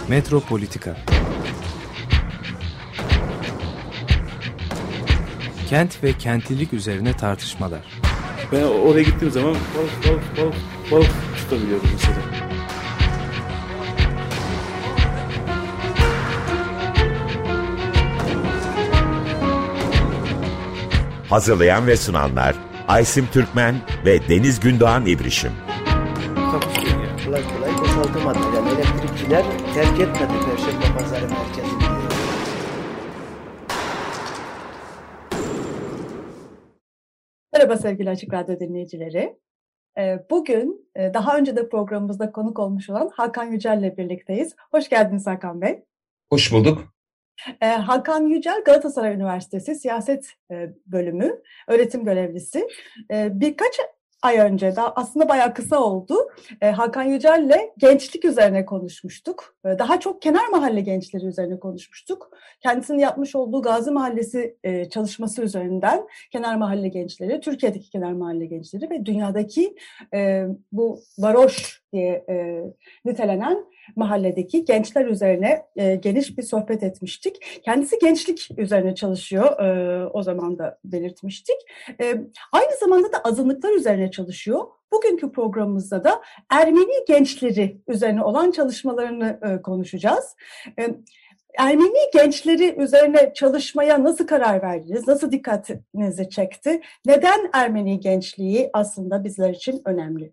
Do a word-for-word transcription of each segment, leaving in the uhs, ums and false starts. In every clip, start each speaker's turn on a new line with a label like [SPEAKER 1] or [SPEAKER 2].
[SPEAKER 1] Metropolitika. Kent ve kentlilik üzerine tartışmalar.
[SPEAKER 2] Ben oraya gittiğim zaman balık balık balık balık tutabiliyorum mesela.
[SPEAKER 3] Hazırlayan ve sunanlar Aysim Türkmen ve Deniz Gündoğan İbrişim.
[SPEAKER 4] Kolay kolay boşaltamadı. Yani elektrikçiler terk etmedi Perşembe Pazarı merkezini.
[SPEAKER 5] Merhaba sevgili Açık Radyo dinleyicileri. Bugün daha önce de programımızda konuk olmuş olan Hakan Yücel ile birlikteyiz. Hoş geldiniz Hakan Bey.
[SPEAKER 6] Hoş bulduk.
[SPEAKER 5] Hakan Yücel, Galatasaray Üniversitesi Siyaset Bölümü öğretim görevlisi. Birkaç ay önce, daha aslında bayağı kısa oldu, Hakan Yücel'le gençlik üzerine konuşmuştuk. Daha çok kenar mahalle gençleri üzerine konuşmuştuk. Kendisinin yapmış olduğu Gazi Mahallesi çalışması üzerinden kenar mahalle gençleri, Türkiye'deki kenar mahalle gençleri ve dünyadaki bu varoş diye nitelenen mahalledeki gençler üzerine e, geniş bir sohbet etmiştik. Kendisi gençlik üzerine çalışıyor, e, o zaman da belirtmiştik. E, aynı zamanda da azınlıklar üzerine çalışıyor. Bugünkü programımızda da Ermeni gençleri üzerine olan çalışmalarını e, konuşacağız. E, Ermeni gençleri üzerine çalışmaya nasıl karar verdiniz? Nasıl dikkatinizi çekti? Neden Ermeni gençliği aslında bizler için önemli?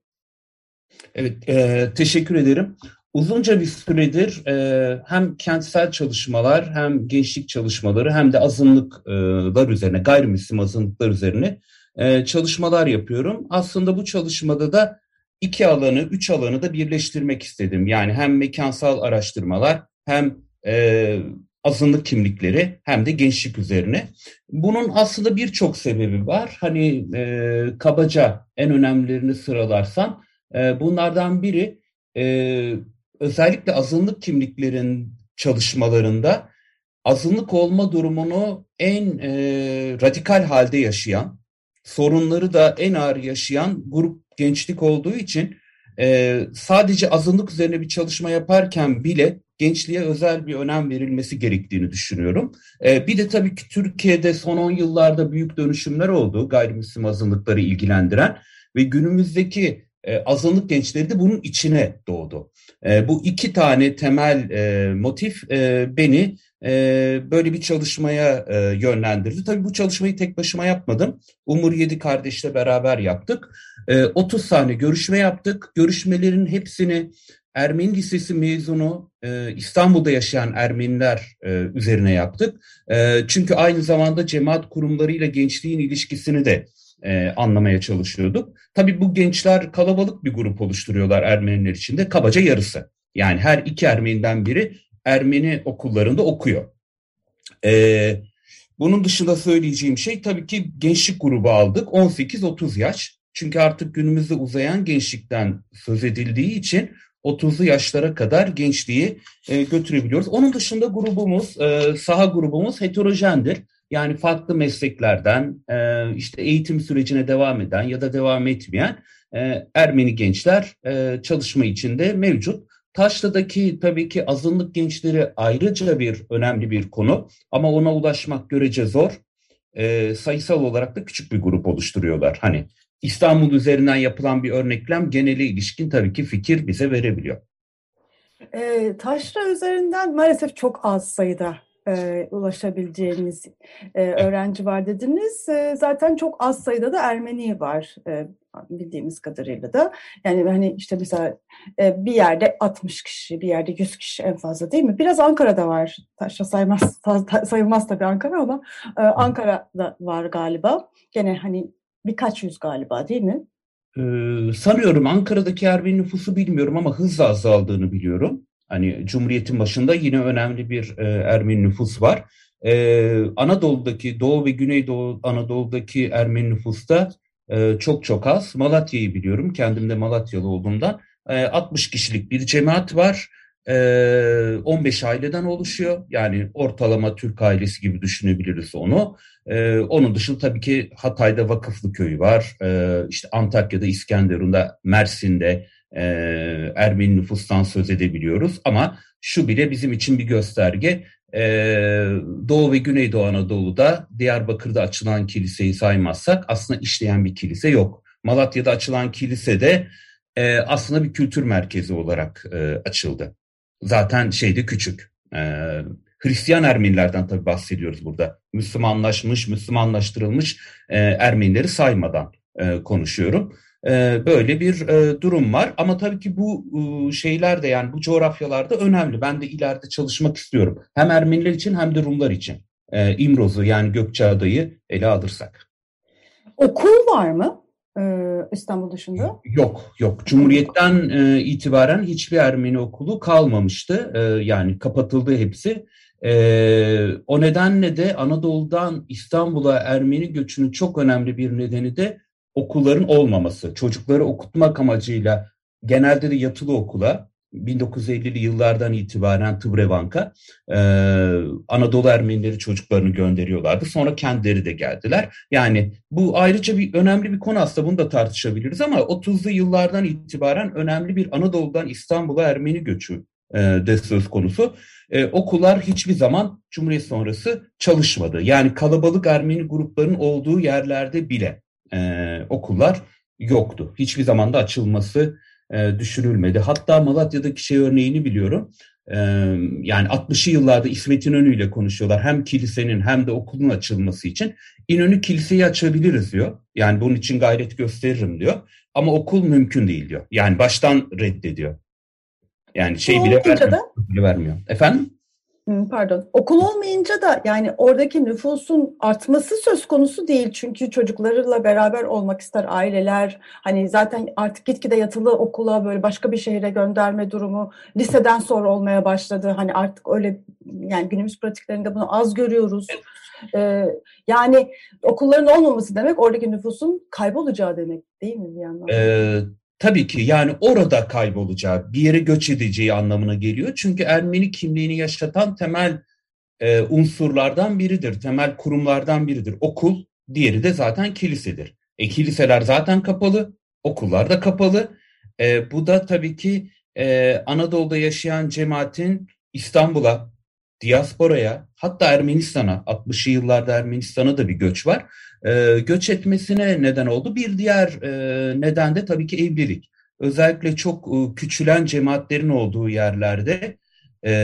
[SPEAKER 6] Evet, e, teşekkür ederim. Uzunca bir süredir e, hem kentsel çalışmalar hem gençlik çalışmaları hem de azınlıklar üzerine, gayrimüslim azınlıklar üzerine e, çalışmalar yapıyorum. Aslında bu çalışmada da iki alanı, üç alanı da birleştirmek istedim. Yani hem mekansal araştırmalar hem e, azınlık kimlikleri hem de gençlik üzerine. Bunun aslında birçok sebebi var. Hani e, kabaca en önemlilerini sıralarsam e, bunlardan biri e, özellikle azınlık kimliklerin çalışmalarında azınlık olma durumunu en e, radikal halde yaşayan, sorunları da en ağır yaşayan grup gençlik olduğu için e, sadece azınlık üzerine bir çalışma yaparken bile gençliğe özel bir önem verilmesi gerektiğini düşünüyorum. E, bir de tabii ki Türkiye'de son on yıllarda büyük dönüşümler oldu gayrimüslim azınlıkları ilgilendiren ve günümüzdeki e, azınlık gençleri de bunun içine doğdu. E, bu iki tane temel e, motif e, beni e, böyle bir çalışmaya e, yönlendirdi. Tabii bu çalışmayı tek başıma yapmadım. Umur Yedi kardeşle beraber yaptık. E, otuz tane görüşme yaptık. Görüşmelerin hepsini Ermeni Lisesi mezunu e, İstanbul'da yaşayan Ermeniler e, üzerine yaptık. E, çünkü aynı zamanda cemaat kurumlarıyla gençliğin ilişkisini de e, anlamaya çalışıyorduk. Tabii bu gençler kalabalık bir grup oluşturuyorlar Ermeniler içinde. Kabaca yarısı. Yani her iki Ermeniden biri Ermeni okullarında okuyor. E, bunun dışında söyleyeceğim şey tabii ki gençlik grubu aldık. on sekiz otuz yaş. Çünkü artık günümüzde uzayan gençlikten söz edildiği için otuzlu yaşlara kadar gençliği e, götürebiliyoruz. Onun dışında grubumuz, e, saha grubumuz heterojendir. Yani farklı mesleklerden, e, işte eğitim sürecine devam eden ya da devam etmeyen e, Ermeni gençler e, çalışma içinde mevcut. Taşlı'daki tabii ki azınlık gençleri ayrıca bir önemli bir konu ama ona ulaşmak görece zor. E, sayısal olarak da küçük bir grup oluşturuyorlar. Hani İstanbul üzerinden yapılan bir örneklem genele ilişkin tabii ki fikir bize verebiliyor.
[SPEAKER 5] E, Taşra üzerinden maalesef çok az sayıda e, ulaşabileceğiniz e, öğrenci var dediniz. E, zaten çok az sayıda da Ermeni var e, bildiğimiz kadarıyla da. Yani hani işte mesela e, bir yerde altmış kişi, bir yerde yüz kişi en fazla değil mi? Biraz Ankara'da var. Taşra saymaz, sayılmaz tabii Ankara ama e, Ankara'da var galiba. Gene hani birkaç yüz galiba değil mi?
[SPEAKER 6] Ee, sanıyorum Ankara'daki Ermeni nüfusu bilmiyorum ama hızla azaldığını biliyorum. Hani Cumhuriyet'in başında yine önemli bir e, Ermeni nüfus var. Ee, Anadolu'daki, Doğu ve Güneydoğu Anadolu'daki Ermeni nüfus da e, çok çok az. Malatya'yı biliyorum. Kendim de Malatyalı olduğumdan. E, altmış kişilik bir cemaat var. E, on beş aileden oluşuyor. Yani ortalama Türk ailesi gibi düşünebiliriz onu. E, onun dışında tabii ki Hatay'da Vakıflı Köyü var. E, işte Antakya'da, İskenderun'da, Mersin'de, e, Ermeni nüfustan söz edebiliyoruz. Ama şu bile bizim için bir gösterge. E, Doğu ve Güneydoğu Anadolu'da Diyarbakır'da açılan kiliseyi saymazsak aslında işleyen bir kilise yok. Malatya'da açılan kilise de e, aslında bir kültür merkezi olarak e, açıldı. Zaten şeyde küçük. E, Hristiyan Ermenilerden tabii bahsediyoruz burada. Müslümanlaşmış, Müslümanlaştırılmış e, Ermenileri saymadan e, konuşuyorum. E, böyle bir e, durum var. Ama tabii ki bu e, şeyler de yani bu coğrafyalarda önemli. Ben de ileride çalışmak istiyorum. Hem Ermeniler için hem de Rumlar için. E, İmroz'u yani Gökçeada'yı ele alırsak.
[SPEAKER 5] Okul var mı e, İstanbul dışında?
[SPEAKER 6] Yok, yok. Cumhuriyet'ten e, itibaren hiçbir Ermeni okulu kalmamıştı. E, yani kapatıldı hepsi. Ee, o nedenle de Anadolu'dan İstanbul'a Ermeni göçünün çok önemli bir nedeni de okulların olmaması. Çocukları okutmak amacıyla genelde de yatılı okula bin dokuz yüz ellili yıllardan itibaren Tıbrevank'a e, Anadolu Ermenileri çocuklarını gönderiyorlardı. Sonra kendileri de geldiler. Yani bu ayrıca bir önemli bir konu aslında, bunu da tartışabiliriz ama otuzlu yıllardan itibaren önemli bir Anadolu'dan İstanbul'a Ermeni göçü e, de söz konusu. Ee, okullar hiçbir zaman Cumhuriyet sonrası çalışmadı. Yani kalabalık Ermeni grupların olduğu yerlerde bile e, okullar yoktu. Hiçbir zaman da açılması e, düşünülmedi. Hatta Malatya'daki şey örneğini biliyorum. E, yani altmışlı yıllarda İsmet İnönü ile konuşuyorlar. Hem kilisenin hem de okulun açılması için. İnönü kiliseyi açabiliriz diyor. Yani bunun için gayret gösteririm diyor. Ama okul mümkün değil diyor. Yani baştan reddediyor. Yani şey bile vermiyor, bile vermiyor. Efendim?
[SPEAKER 5] Pardon. Okul olmayınca da yani oradaki nüfusun artması söz konusu değil. Çünkü çocuklarıyla beraber olmak ister aileler. Hani zaten artık gitgide yatılı okula böyle başka bir şehre gönderme durumu liseden sonra olmaya başladı. Hani artık öyle yani günümüz pratiklerinde bunu az görüyoruz. Ee, yani okulların olmaması demek oradaki nüfusun kaybolacağı demek değil mi bir yandan?
[SPEAKER 6] Ee, Tabii ki yani orada kaybolacağı, bir yere göç edeceği anlamına geliyor. Çünkü Ermeni kimliğini yaşatan temel e, unsurlardan biridir, temel kurumlardan biridir. Okul, diğeri de zaten kilisedir. E, kiliseler zaten kapalı, okullar da kapalı. E, bu da tabii ki e, Anadolu'da yaşayan cemaatin İstanbul'a, diasporaya, hatta Ermenistan'a, altmışlı yıllarda Ermenistan'a da bir göç var. Ee, göç etmesine neden oldu. Bir diğer e, neden de tabii ki evlilik. Özellikle çok e, küçülen cemaatlerin olduğu yerlerde e,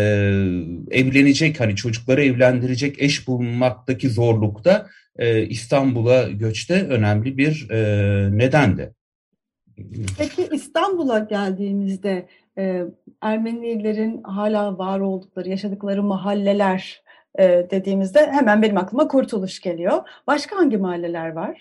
[SPEAKER 6] evlenecek, hani çocukları evlendirecek eş bulmaktaki zorlukta e, İstanbul'a göçte önemli bir e, nedendi.
[SPEAKER 5] Peki İstanbul'a geldiğimizde e, Ermenilerin hala var oldukları, yaşadıkları mahalleler dediğimizde hemen benim aklıma Kurtuluş geliyor. Başka hangi mahalleler var?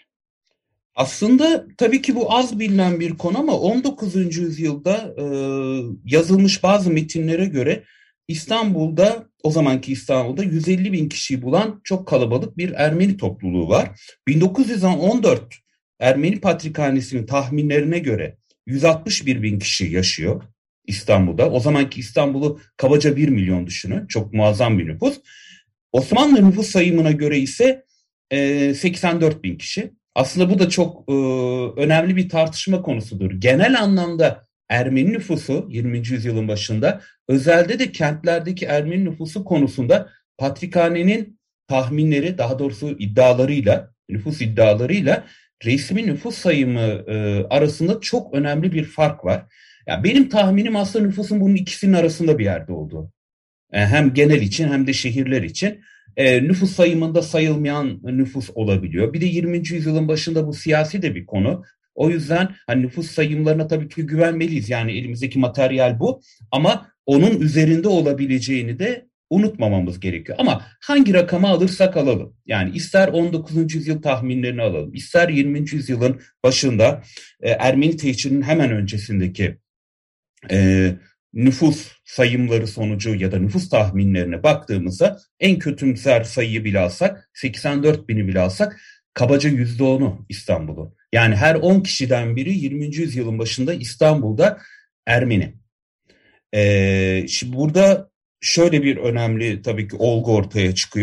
[SPEAKER 6] Aslında tabii ki bu az bilinen bir konu ama on dokuzuncu yüzyılda e, yazılmış bazı metinlere göre İstanbul'da, o zamanki İstanbul'da yüz elli bin kişiyi bulan çok kalabalık bir Ermeni topluluğu var. bin dokuz yüz on dört Ermeni Patrikhanesi'nin tahminlerine göre yüz altmış bir bin kişi yaşıyor İstanbul'da. O zamanki İstanbul'u kabaca bir milyon düşünün. Çok muazzam bir nüfus. Osmanlı nüfus sayımına göre ise e, seksen dört bin kişi. Aslında bu da çok e, önemli bir tartışma konusudur. Genel anlamda Ermeni nüfusu yirminci yüzyılın başında, özelde de kentlerdeki Ermeni nüfusu konusunda Patrikhane'nin tahminleri, daha doğrusu iddialarıyla, nüfus iddialarıyla resmi nüfus sayımı e, arasında çok önemli bir fark var. Yani benim tahminim aslında nüfusun bunun ikisinin arasında bir yerde olduğu. Hem genel için hem de şehirler için. E, nüfus sayımında sayılmayan nüfus olabiliyor. Bir de yirminci yüzyılın başında bu siyasi de bir konu. O yüzden hani nüfus sayımlarına tabii ki güvenmeliyiz. Yani elimizdeki materyal bu. Ama onun üzerinde olabileceğini de unutmamamız gerekiyor. Ama hangi rakamı alırsak alalım. Yani ister on dokuzuncu yüzyıl tahminlerini alalım, ister yirminci yüzyılın başında e, Ermeni tehcirinin hemen öncesindeki e, nüfus sayımları sonucu ya da nüfus tahminlerine baktığımızda en kötümser sayıyı bile alsak, seksen dört bini bile alsak kabaca yüzde onu İstanbul'u. Yani her on kişiden biri yirminci yüzyılın başında İstanbul'da Ermeni. Ee, şimdi burada şöyle bir önemli tabii ki olgu ortaya çıkıyor.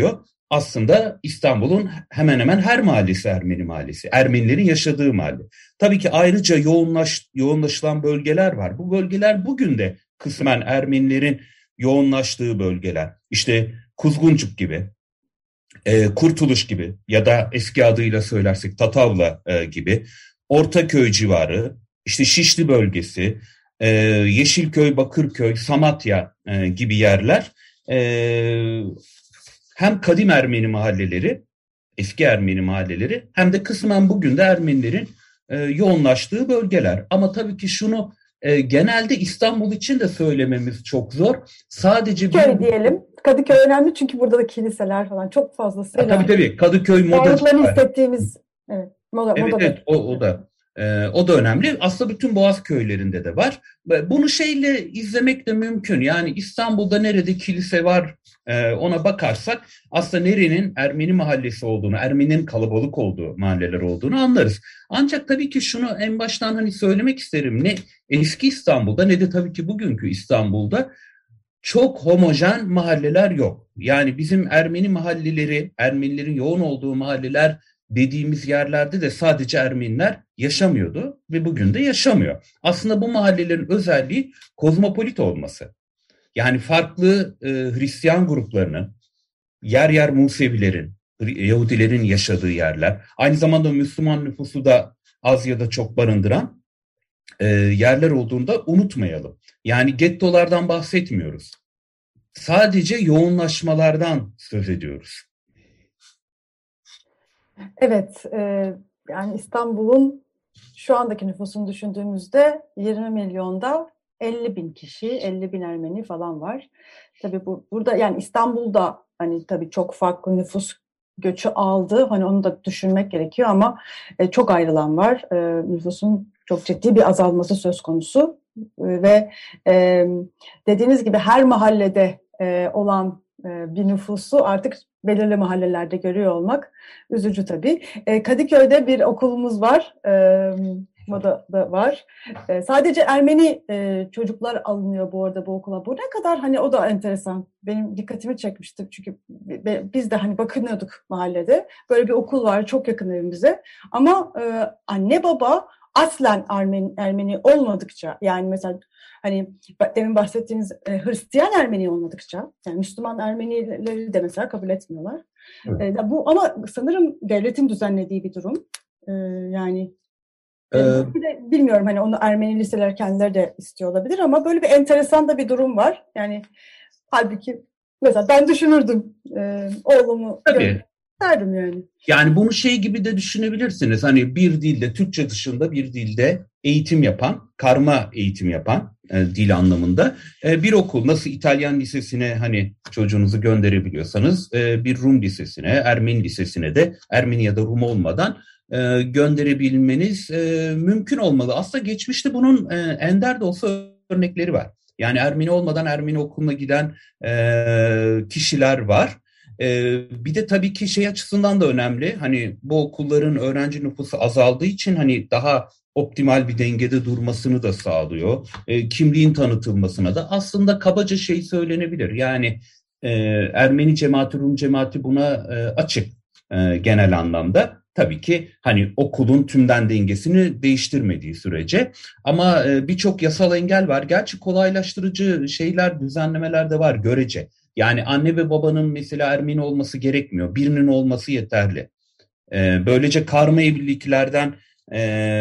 [SPEAKER 6] aslında İstanbul'un hemen hemen her mahallesi Ermeni mahallesi. Ermenilerin yaşadığı mahalle. Tabii ki ayrıca yoğunlaş, yoğunlaşılan bölgeler var. Bu bölgeler bugün de kısmen Ermenilerin yoğunlaştığı bölgeler. İşte Kuzguncuk gibi, e, Kurtuluş gibi ya da eski adıyla söylersek Tatavla e, gibi, Ortaköy civarı, işte Şişli bölgesi, e, Yeşilköy, Bakırköy, Samatya e, gibi yerler e, hem kadim Ermeni mahalleleri, eski Ermeni mahalleleri hem de kısmen bugün de Ermenilerin e, yoğunlaştığı bölgeler. Ama tabii ki şunu e, genelde İstanbul için de söylememiz çok zor. Sadece
[SPEAKER 5] Köy
[SPEAKER 6] bir...
[SPEAKER 5] diyelim. Kadıköy önemli çünkü burada da kiliseler falan çok fazlasıyla.
[SPEAKER 6] Tabii tabii. Kadıköy moda.
[SPEAKER 5] Varlıklarını hissettiğimiz evet, moda.
[SPEAKER 6] Evet,
[SPEAKER 5] moda
[SPEAKER 6] evet o, o da. Ee, o da önemli. Aslında bütün Boğaz köylerinde de var. Bunu şeyle izlemek de mümkün. Yani İstanbul'da nerede kilise var e, ona bakarsak aslında nerenin Ermeni mahallesi olduğunu, Ermeninin kalabalık olduğu mahalleler olduğunu anlarız. Ancak tabii ki şunu en baştan hani söylemek isterim. Ne eski İstanbul'da ne de tabii ki bugünkü İstanbul'da çok homojen mahalleler yok. Yani bizim Ermeni mahalleleri, Ermenilerin yoğun olduğu mahalleler dediğimiz yerlerde de sadece Ermeniler yaşamıyordu ve bugün de yaşamıyor. Aslında bu mahallelerin özelliği kozmopolit olması. Yani farklı e, Hristiyan gruplarının, yer yer Musevilerin, Yahudilerin yaşadığı yerler, aynı zamanda Müslüman nüfusu da az ya da çok barındıran e, yerler olduğunu da unutmayalım. Yani gettolardan bahsetmiyoruz. Sadece yoğunlaşmalardan söz ediyoruz.
[SPEAKER 5] Evet, e, yani İstanbul'un şu andaki nüfusunu düşündüğümüzde yirmi milyonda elli bin kişi, elli bin Ermeni falan var. Tabii bu burada yani İstanbul'da hani tabii çok farklı nüfus göçü aldı. Hani onu da düşünmek gerekiyor ama e, çok ayrılan var. E, nüfusun çok ciddi bir azalması söz konusu e, ve e, dediğiniz gibi her mahallede e, olan e, bir nüfusu artık belirli mahallelerde görüyor olmak üzücü tabii. E, Kadıköy'de bir okulumuz var. E, Moda da var. E, sadece Ermeni e, çocuklar alınıyor bu arada bu okula. Bu ne kadar hani o da enteresan. Benim dikkatimi çekmişti çünkü biz de hani bakınıyorduk mahallede. Böyle bir okul var çok yakın evimize. Ama e, anne baba aslen Ermeni, Ermeni olmadıkça yani mesela hani demin bahsettiğiniz e, Hristiyan Ermeni olmadıkça yani Müslüman Ermenileri de mesela kabul etmiyorlar. Evet. E, bu ama sanırım devletin düzenlediği bir durum. E, yani Ee, de bilmiyorum hani onu Ermeni liseler kendileri de istiyor olabilir ama böyle bir enteresan da bir durum var. Yani halbuki mesela ben düşünürdüm e, oğlumu derdim yani.
[SPEAKER 6] Yani bunu şey gibi de düşünebilirsiniz. Hani bir dilde Türkçe dışında bir dilde eğitim yapan, karma eğitim yapan e, dil anlamında e, bir okul nasıl İtalyan lisesine hani çocuğunuzu gönderebiliyorsanız e, bir Rum lisesine, Ermeni lisesine de Ermeni ya da Rum olmadan E, gönderebilmeniz e, mümkün olmalı. Aslında geçmişte bunun e, ender de olsa örnekleri var. Yani Ermeni olmadan Ermeni okuluna giden e, kişiler var. E, bir de tabii ki şey açısından da önemli. Hani bu okulların öğrenci nüfusu azaldığı için hani daha optimal bir dengede durmasını da sağlıyor. E, kimliğin tanıtılmasına da aslında kabaca şey söylenebilir. Yani e, Ermeni cemaati, Rum cemaati buna e, açık e, genel anlamda. Tabii ki hani okulun tümden dengesini değiştirmediği sürece ama e, birçok yasal engel var. Gerçi kolaylaştırıcı şeyler, düzenlemeler de var görece. Yani anne ve babanın mesela Ermeni olması gerekmiyor. Birinin olması yeterli. E, böylece karma evliliklerden e,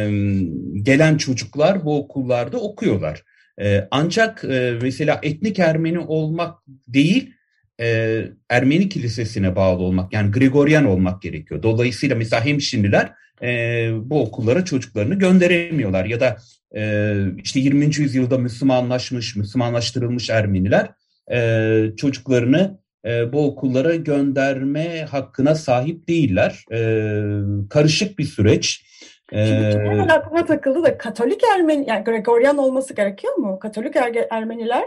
[SPEAKER 6] gelen çocuklar bu okullarda okuyorlar. E, ancak e, mesela etnik Ermeni olmak değil, E, Ermeni kilisesine bağlı olmak yani Gregoryan olmak gerekiyor. Dolayısıyla mesela hemşinliler e, bu okullara çocuklarını gönderemiyorlar ya da e, işte yirminci yüzyılda Müslümanlaşmış, Müslümanlaştırılmış Ermeniler e, çocuklarını e, bu okullara gönderme hakkına sahip değiller. E, karışık bir süreç.
[SPEAKER 5] Şimdi hemen aklıma takıldı da Katolik Ermeni yani Gregoryan olması gerekiyor mu? Katolik er- Ermeniler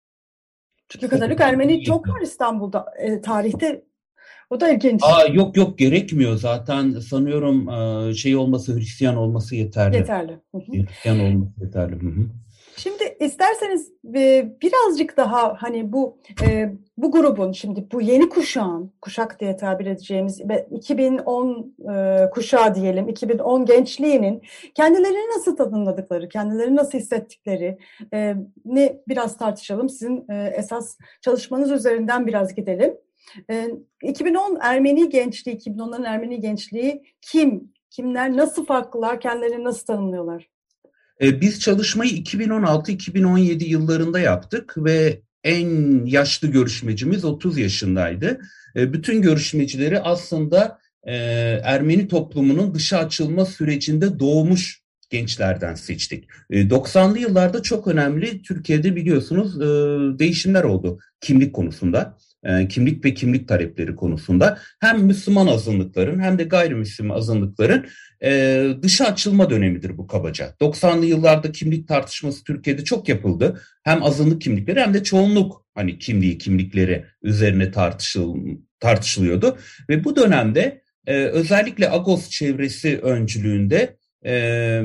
[SPEAKER 5] Çünkü Katolik Ermeni çok var İstanbul'da e, tarihte. O da ilginç.
[SPEAKER 6] Aa, yok yok gerekmiyor zaten sanıyorum şey olması Hristiyan olması yeterli.
[SPEAKER 5] Yeterli. Hı hı.
[SPEAKER 6] Hristiyan olması yeterli. Hı hı.
[SPEAKER 5] Şimdi isterseniz e, birazcık daha hani bu e, bu grubun, şimdi bu yeni kuşağın, kuşak diye tabir edeceğimiz iki bin on e, kuşağı diyelim, iki bin on gençliğinin kendilerini nasıl tanımladıkları, kendilerini nasıl hissettikleri e, ne biraz tartışalım. Sizin e, esas çalışmanız üzerinden biraz gidelim. E, iki bin on Ermeni gençliği, iki bin onların Ermeni gençliği kim? Kimler, nasıl farklılar, kendilerini nasıl tanımlıyorlar?
[SPEAKER 6] Biz çalışmayı iki bin on altı iki bin on yedi yıllarında yaptık ve en yaşlı görüşmecimiz otuz yaşındaydı. Bütün görüşmecileri aslında Ermeni toplumunun dışa açılma sürecinde doğmuş gençlerden seçtik. doksanlı yıllarda çok önemli, Türkiye'de biliyorsunuz değişimler oldu kimlik konusunda. Kimlik ve kimlik talepleri konusunda hem Müslüman azınlıkların hem de gayrimüslim azınlıkların e, dışa açılma dönemidir bu kabaca. doksanlı yıllarda kimlik tartışması Türkiye'de çok yapıldı. Hem azınlık kimlikleri hem de çoğunluk hani kimliği kimlikleri üzerine tartışıl, tartışılıyordu. Ve bu dönemde e, özellikle Agos çevresi öncülüğünde e,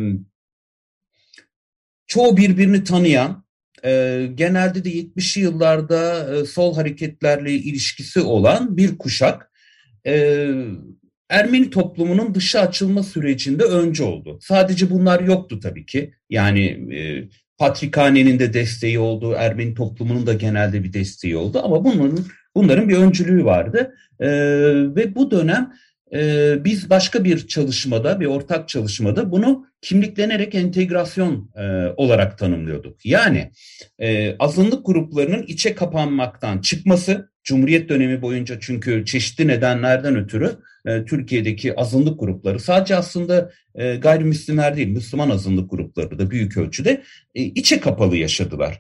[SPEAKER 6] çoğu birbirini tanıyan, E, genelde de yetmişli yıllarda e, sol hareketlerle ilişkisi olan bir kuşak e, Ermeni toplumunun dışa açılma sürecinde öncü oldu. Sadece bunlar yoktu tabii ki. Yani e, Patrikhane'nin de desteği oldu, Ermeni toplumunun da genelde bir desteği oldu ama bunların bunların bir öncülüğü vardı. E, ve bu dönem e, biz başka bir çalışmada, bir ortak çalışmada bunu kimliklenerek entegrasyon e, olarak tanımlıyorduk. Yani e, azınlık gruplarının içe kapanmaktan çıkması, Cumhuriyet dönemi boyunca çünkü çeşitli nedenlerden ötürü e, Türkiye'deki azınlık grupları, sadece aslında e, gayrimüslimler değil, Müslüman azınlık grupları da büyük ölçüde e, içe kapalı yaşadılar.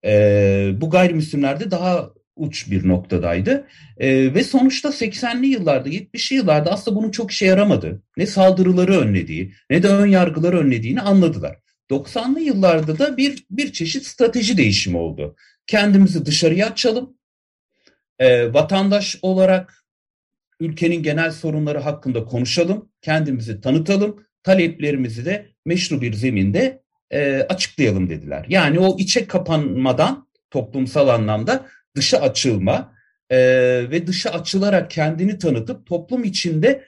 [SPEAKER 6] E, bu gayrimüslimler de daha uç bir noktadaydı e, ve sonuçta seksenli yıllarda, yetmişli yıllarda aslında bunun çok işe yaramadı. Ne saldırıları önlediği ne de ön yargıları önlediğini anladılar. doksanlı yıllarda da bir bir çeşit strateji değişimi oldu. Kendimizi dışarıya açalım, e, vatandaş olarak ülkenin genel sorunları hakkında konuşalım, kendimizi tanıtalım, taleplerimizi de meşru bir zeminde e, açıklayalım dediler. Yani o içe kapanmadan toplumsal anlamda dışa açılma e, ve dışa açılarak kendini tanıtıp toplum içinde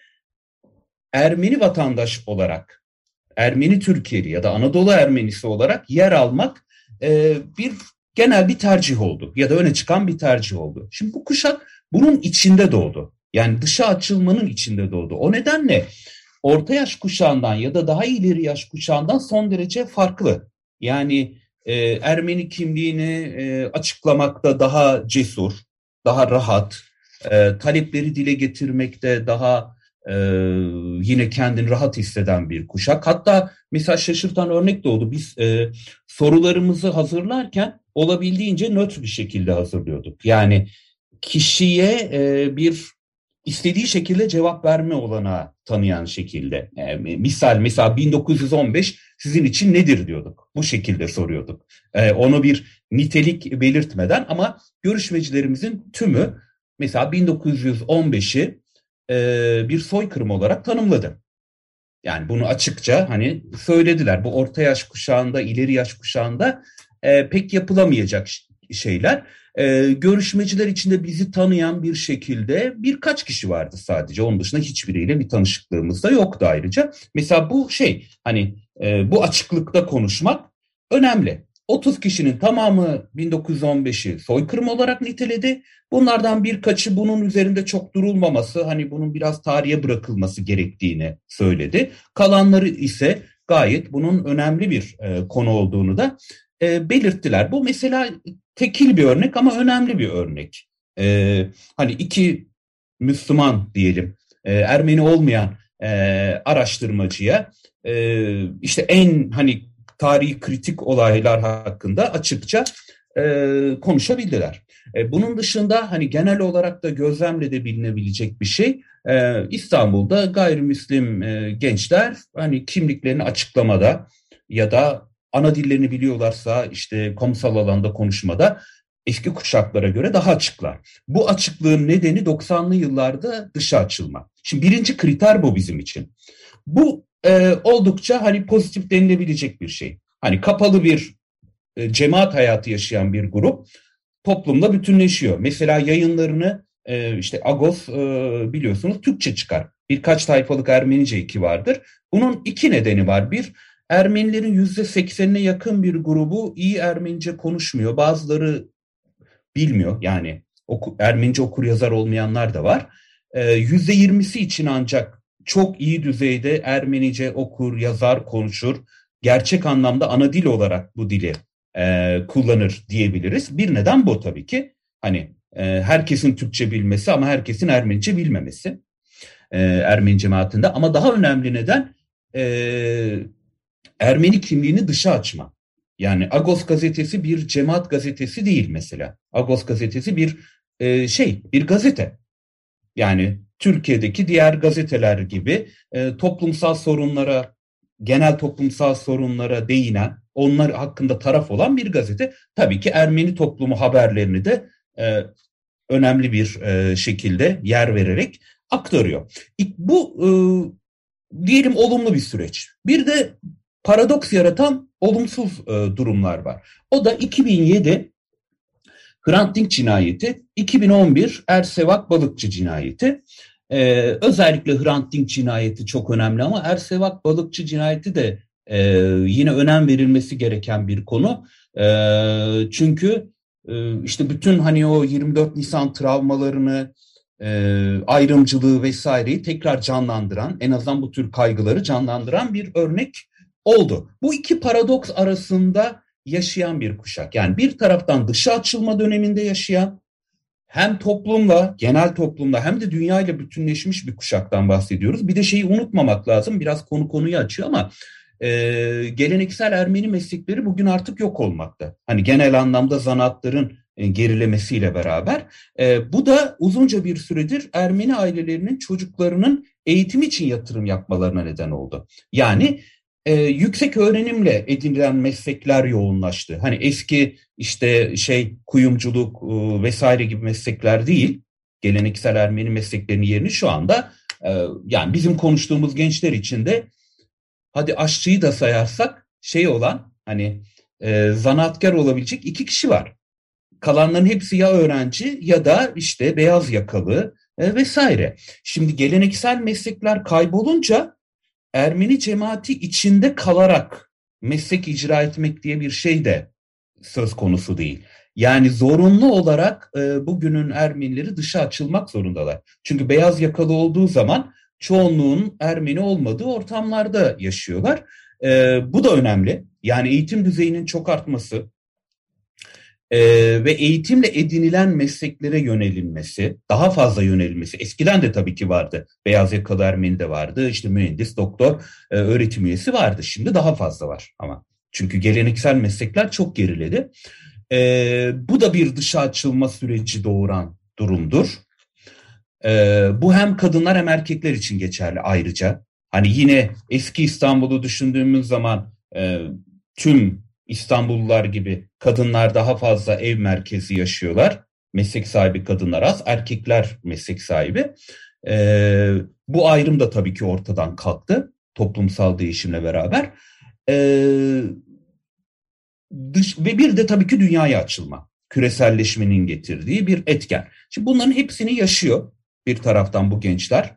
[SPEAKER 6] Ermeni vatandaş olarak, Ermeni Türkiye'li ya da Anadolu Ermenisi olarak yer almak e, bir genel bir tercih oldu ya da öne çıkan bir tercih oldu. Şimdi bu kuşak bunun içinde doğdu. Yani dışa açılmanın içinde doğdu. O nedenle orta yaş kuşağından ya da daha ileri yaş kuşağından son derece farklı. Yani e, Ermeni kimliğini e, açıklamakta daha cesur, daha rahat, e, talepleri dile getirmekte daha e, yine kendini rahat hisseden bir kuşak. Hatta mesela şaşırtan örnek de oldu. Biz e, sorularımızı hazırlarken olabildiğince nötr bir şekilde hazırlıyorduk. Yani kişiye e, bir istediği şekilde cevap verme olanağı tanıyan şekilde. Yani misal mesela bin dokuz yüz on beş sizin için nedir diyorduk. Bu şekilde soruyorduk. Ee, onu bir nitelik belirtmeden ama görüşmecilerimizin tümü mesela bin dokuz yüz on beşi e, bir soykırım olarak tanımladı. Yani bunu açıkça hani söylediler. Bu orta yaş kuşağında, ileri yaş kuşağında e, pek yapılamayacak şeyler. Ee, görüşmeciler içinde bizi tanıyan bir şekilde birkaç kişi vardı sadece. Onun dışında hiçbiriyle bir tanışıklığımız da yoktu ayrıca. Mesela bu şey hani e, bu açıklıkta konuşmak önemli. otuz kişinin tamamı bin dokuz yüz on beşi soykırım olarak niteledi. Bunlardan birkaçı bunun üzerinde çok durulmaması, hani bunun biraz tarihe bırakılması gerektiğini söyledi. Kalanları ise gayet bunun önemli bir e, konu olduğunu da e, belirttiler. Bu mesela tekil bir örnek ama önemli bir örnek. Ee, hani iki Müslüman diyelim, e, Ermeni olmayan e, araştırmacıya e, işte en hani tarihi kritik olaylar hakkında açıkça e, konuşabildiler. E, bunun dışında hani genel olarak da gözlemlenebilecek bir şey, e, İstanbul'da gayrimüslim e, gençler hani kimliklerini açıklamada ya da ana dillerini biliyorlarsa işte kamusal alanda konuşmada eski kuşaklara göre daha açıklar. Bu açıklığın nedeni doksanlı yıllarda dışa açılma. Şimdi birinci kriter bu bizim için. Bu e, oldukça hani pozitif denilebilecek bir şey. Hani kapalı bir e, cemaat hayatı yaşayan bir grup toplumla bütünleşiyor. Mesela yayınlarını e, işte Agos e, biliyorsunuz Türkçe çıkar. Birkaç sayfalık Ermenice eki vardır. Bunun iki nedeni var. Bir, Ermenilerin yüzde seksenine yakın bir grubu iyi Ermenice konuşmuyor. Bazıları bilmiyor, yani oku, Ermenice okur yazar olmayanlar da var. E, yüzde yirmisi için ancak çok iyi düzeyde Ermenice okur, yazar, konuşur. Gerçek anlamda ana dil olarak bu dili e, kullanır diyebiliriz. Bir neden bu tabii ki. Hani e, herkesin Türkçe bilmesi ama herkesin Ermenice bilmemesi. E, Ermeni cemaatinde. Ama daha önemli neden e, Ermeni kimliğini dışa açma. Yani Agos gazetesi bir cemaat gazetesi değil mesela. Agos gazetesi bir e, şey, bir gazete. Yani Türkiye'deki diğer gazeteler gibi e, toplumsal sorunlara, genel toplumsal sorunlara değinen, onlar hakkında taraf olan bir gazete. Tabii ki Ermeni toplumu haberlerini de e, önemli bir e, şekilde yer vererek aktarıyor. Bu e, diyelim olumlu bir süreç. Bir de paradoks yaratan olumsuz e, durumlar var. O da iki bin yedi Hrant Dink cinayeti, iki bin on bir Ersevak Balıkçı cinayeti. Ee, özellikle Hrant Dink cinayeti çok önemli ama Ersevak Balıkçı cinayeti de e, yine önem verilmesi gereken bir konu. E, çünkü e, işte bütün hani o yirmi dört Nisan travmalarını, e, ayrımcılığı vesaireyi tekrar canlandıran, en azından bu tür kaygıları canlandıran bir örnek oldu. Bu iki paradoks arasında yaşayan bir kuşak. Yani bir taraftan dışa açılma döneminde yaşayan, hem toplumla, genel toplumla hem de dünyayla bütünleşmiş bir kuşaktan bahsediyoruz. Bir de şeyi unutmamak lazım, biraz konu konuyu açıyor ama e, geleneksel Ermeni meslekleri bugün artık yok olmakta. Hani genel anlamda zanaatların e, gerilemesiyle beraber. E, bu da uzunca bir süredir Ermeni ailelerinin çocuklarının eğitim için yatırım yapmalarına neden oldu. Yani Ee, yüksek öğrenimle edinilen meslekler yoğunlaştı. Hani eski işte şey kuyumculuk e, vesaire gibi meslekler değil, geleneksel Ermeni mesleklerinin yerini şu anda e, yani bizim konuştuğumuz gençler için de hadi aşçıyı da sayarsak şey olan hani e, zanaatkar olabilecek iki kişi var. Kalanların hepsi ya öğrenci ya da işte beyaz yakalı e, vesaire. Şimdi geleneksel meslekler kaybolunca Ermeni cemaati içinde kalarak meslek icra etmek diye bir şey de söz konusu değil. Yani zorunlu olarak e, bugünün Ermenileri dışa açılmak zorundalar. Çünkü beyaz yakalı olduğu zaman çoğunluğun Ermeni olmadığı ortamlarda yaşıyorlar. E, bu da önemli. Yani eğitim düzeyinin çok artması Ee, ve eğitimle edinilen mesleklere yönelilmesi, daha fazla yönelilmesi. Eskiden de tabii ki vardı. Beyaz yakalı Ermeni de vardı. İşte mühendis, doktor, e, öğretim üyesi vardı. Şimdi daha fazla var ama. Çünkü geleneksel meslekler çok geriledi. Ee, bu da bir dışa açılma süreci doğuran durumdur. Ee, bu hem kadınlar hem erkekler için geçerli ayrıca. Hani yine eski İstanbul'u düşündüğümüz zaman e, tüm İstanbullular gibi kadınlar daha fazla ev merkezi yaşıyorlar. Meslek sahibi kadınlar az, erkekler meslek sahibi. Ee, bu ayrım da tabii ki ortadan kalktı toplumsal değişimle beraber. Ee, dış, ve bir de tabii ki dünyaya açılma, küreselleşmenin getirdiği bir etken. Şimdi bunların hepsini yaşıyor bir taraftan bu gençler.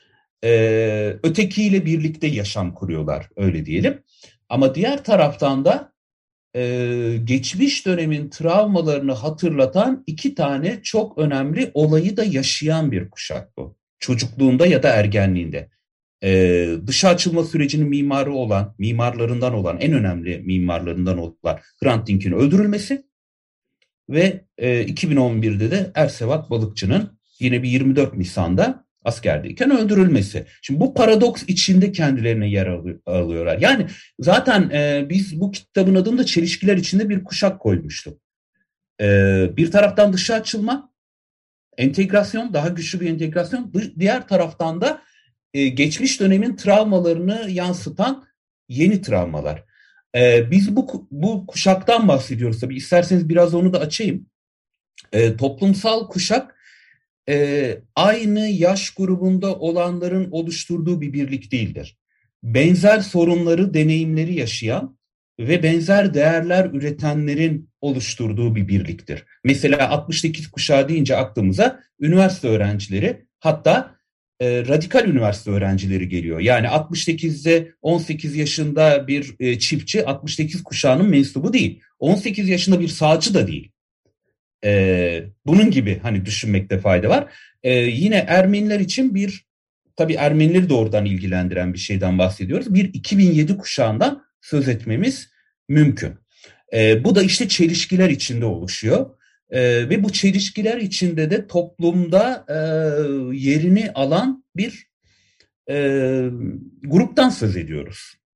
[SPEAKER 6] Ee, ötekiyle birlikte yaşam kuruyorlar, öyle diyelim. Ama diğer taraftan da Ee, geçmiş dönemin travmalarını hatırlatan iki tane çok önemli olayı da yaşayan bir kuşak bu. Çocukluğunda ya da ergenliğinde. Ee, dışa açılma sürecinin mimarı olan, mimarlarından olan, en önemli mimarlarından olan Hrant Dink'in öldürülmesi ve e, iki bin on birde de Ersevak Balıkçı'nın yine bir yirmi dört Nisan'da askerdeyken öldürülmesi. Şimdi bu paradoks içinde kendilerine yer alıyorlar. Yani zaten e, biz bu kitabın adını da çelişkiler içinde bir kuşak koymuştuk. E, bir taraftan dışa açılma, entegrasyon, daha güçlü bir entegrasyon. Diğer taraftan da e, geçmiş dönemin travmalarını yansıtan yeni travmalar. E, biz bu, bu kuşaktan bahsediyoruz tabii. İsterseniz biraz onu da açayım. E, toplumsal kuşak e, aynı yaş grubunda olanların oluşturduğu bir birlik değildir. Benzer sorunları, deneyimleri yaşayan ve benzer değerler üretenlerin oluşturduğu bir birliktir. Mesela altmış sekiz kuşağı deyince aklımıza üniversite öğrencileri, hatta e, radikal üniversite öğrencileri geliyor. Yani altmış sekizde on sekiz yaşında bir e, çiftçi altmış sekiz kuşağının mensubu değil. on sekiz yaşında bir sağcı da değil. E, bunun gibi hani düşünmekte fayda var. E, yine Ermeniler için bir, tabii Ermenileri doğrudan ilgilendiren bir şeyden bahsediyoruz. Bir iki bin yedi kuşağından söz etmemiz mümkün. E, bu da işte çelişkiler içinde oluşuyor. E, ve bu çelişkiler içinde de toplumda e, yerini alan bir e, gruptan söz ediyoruz.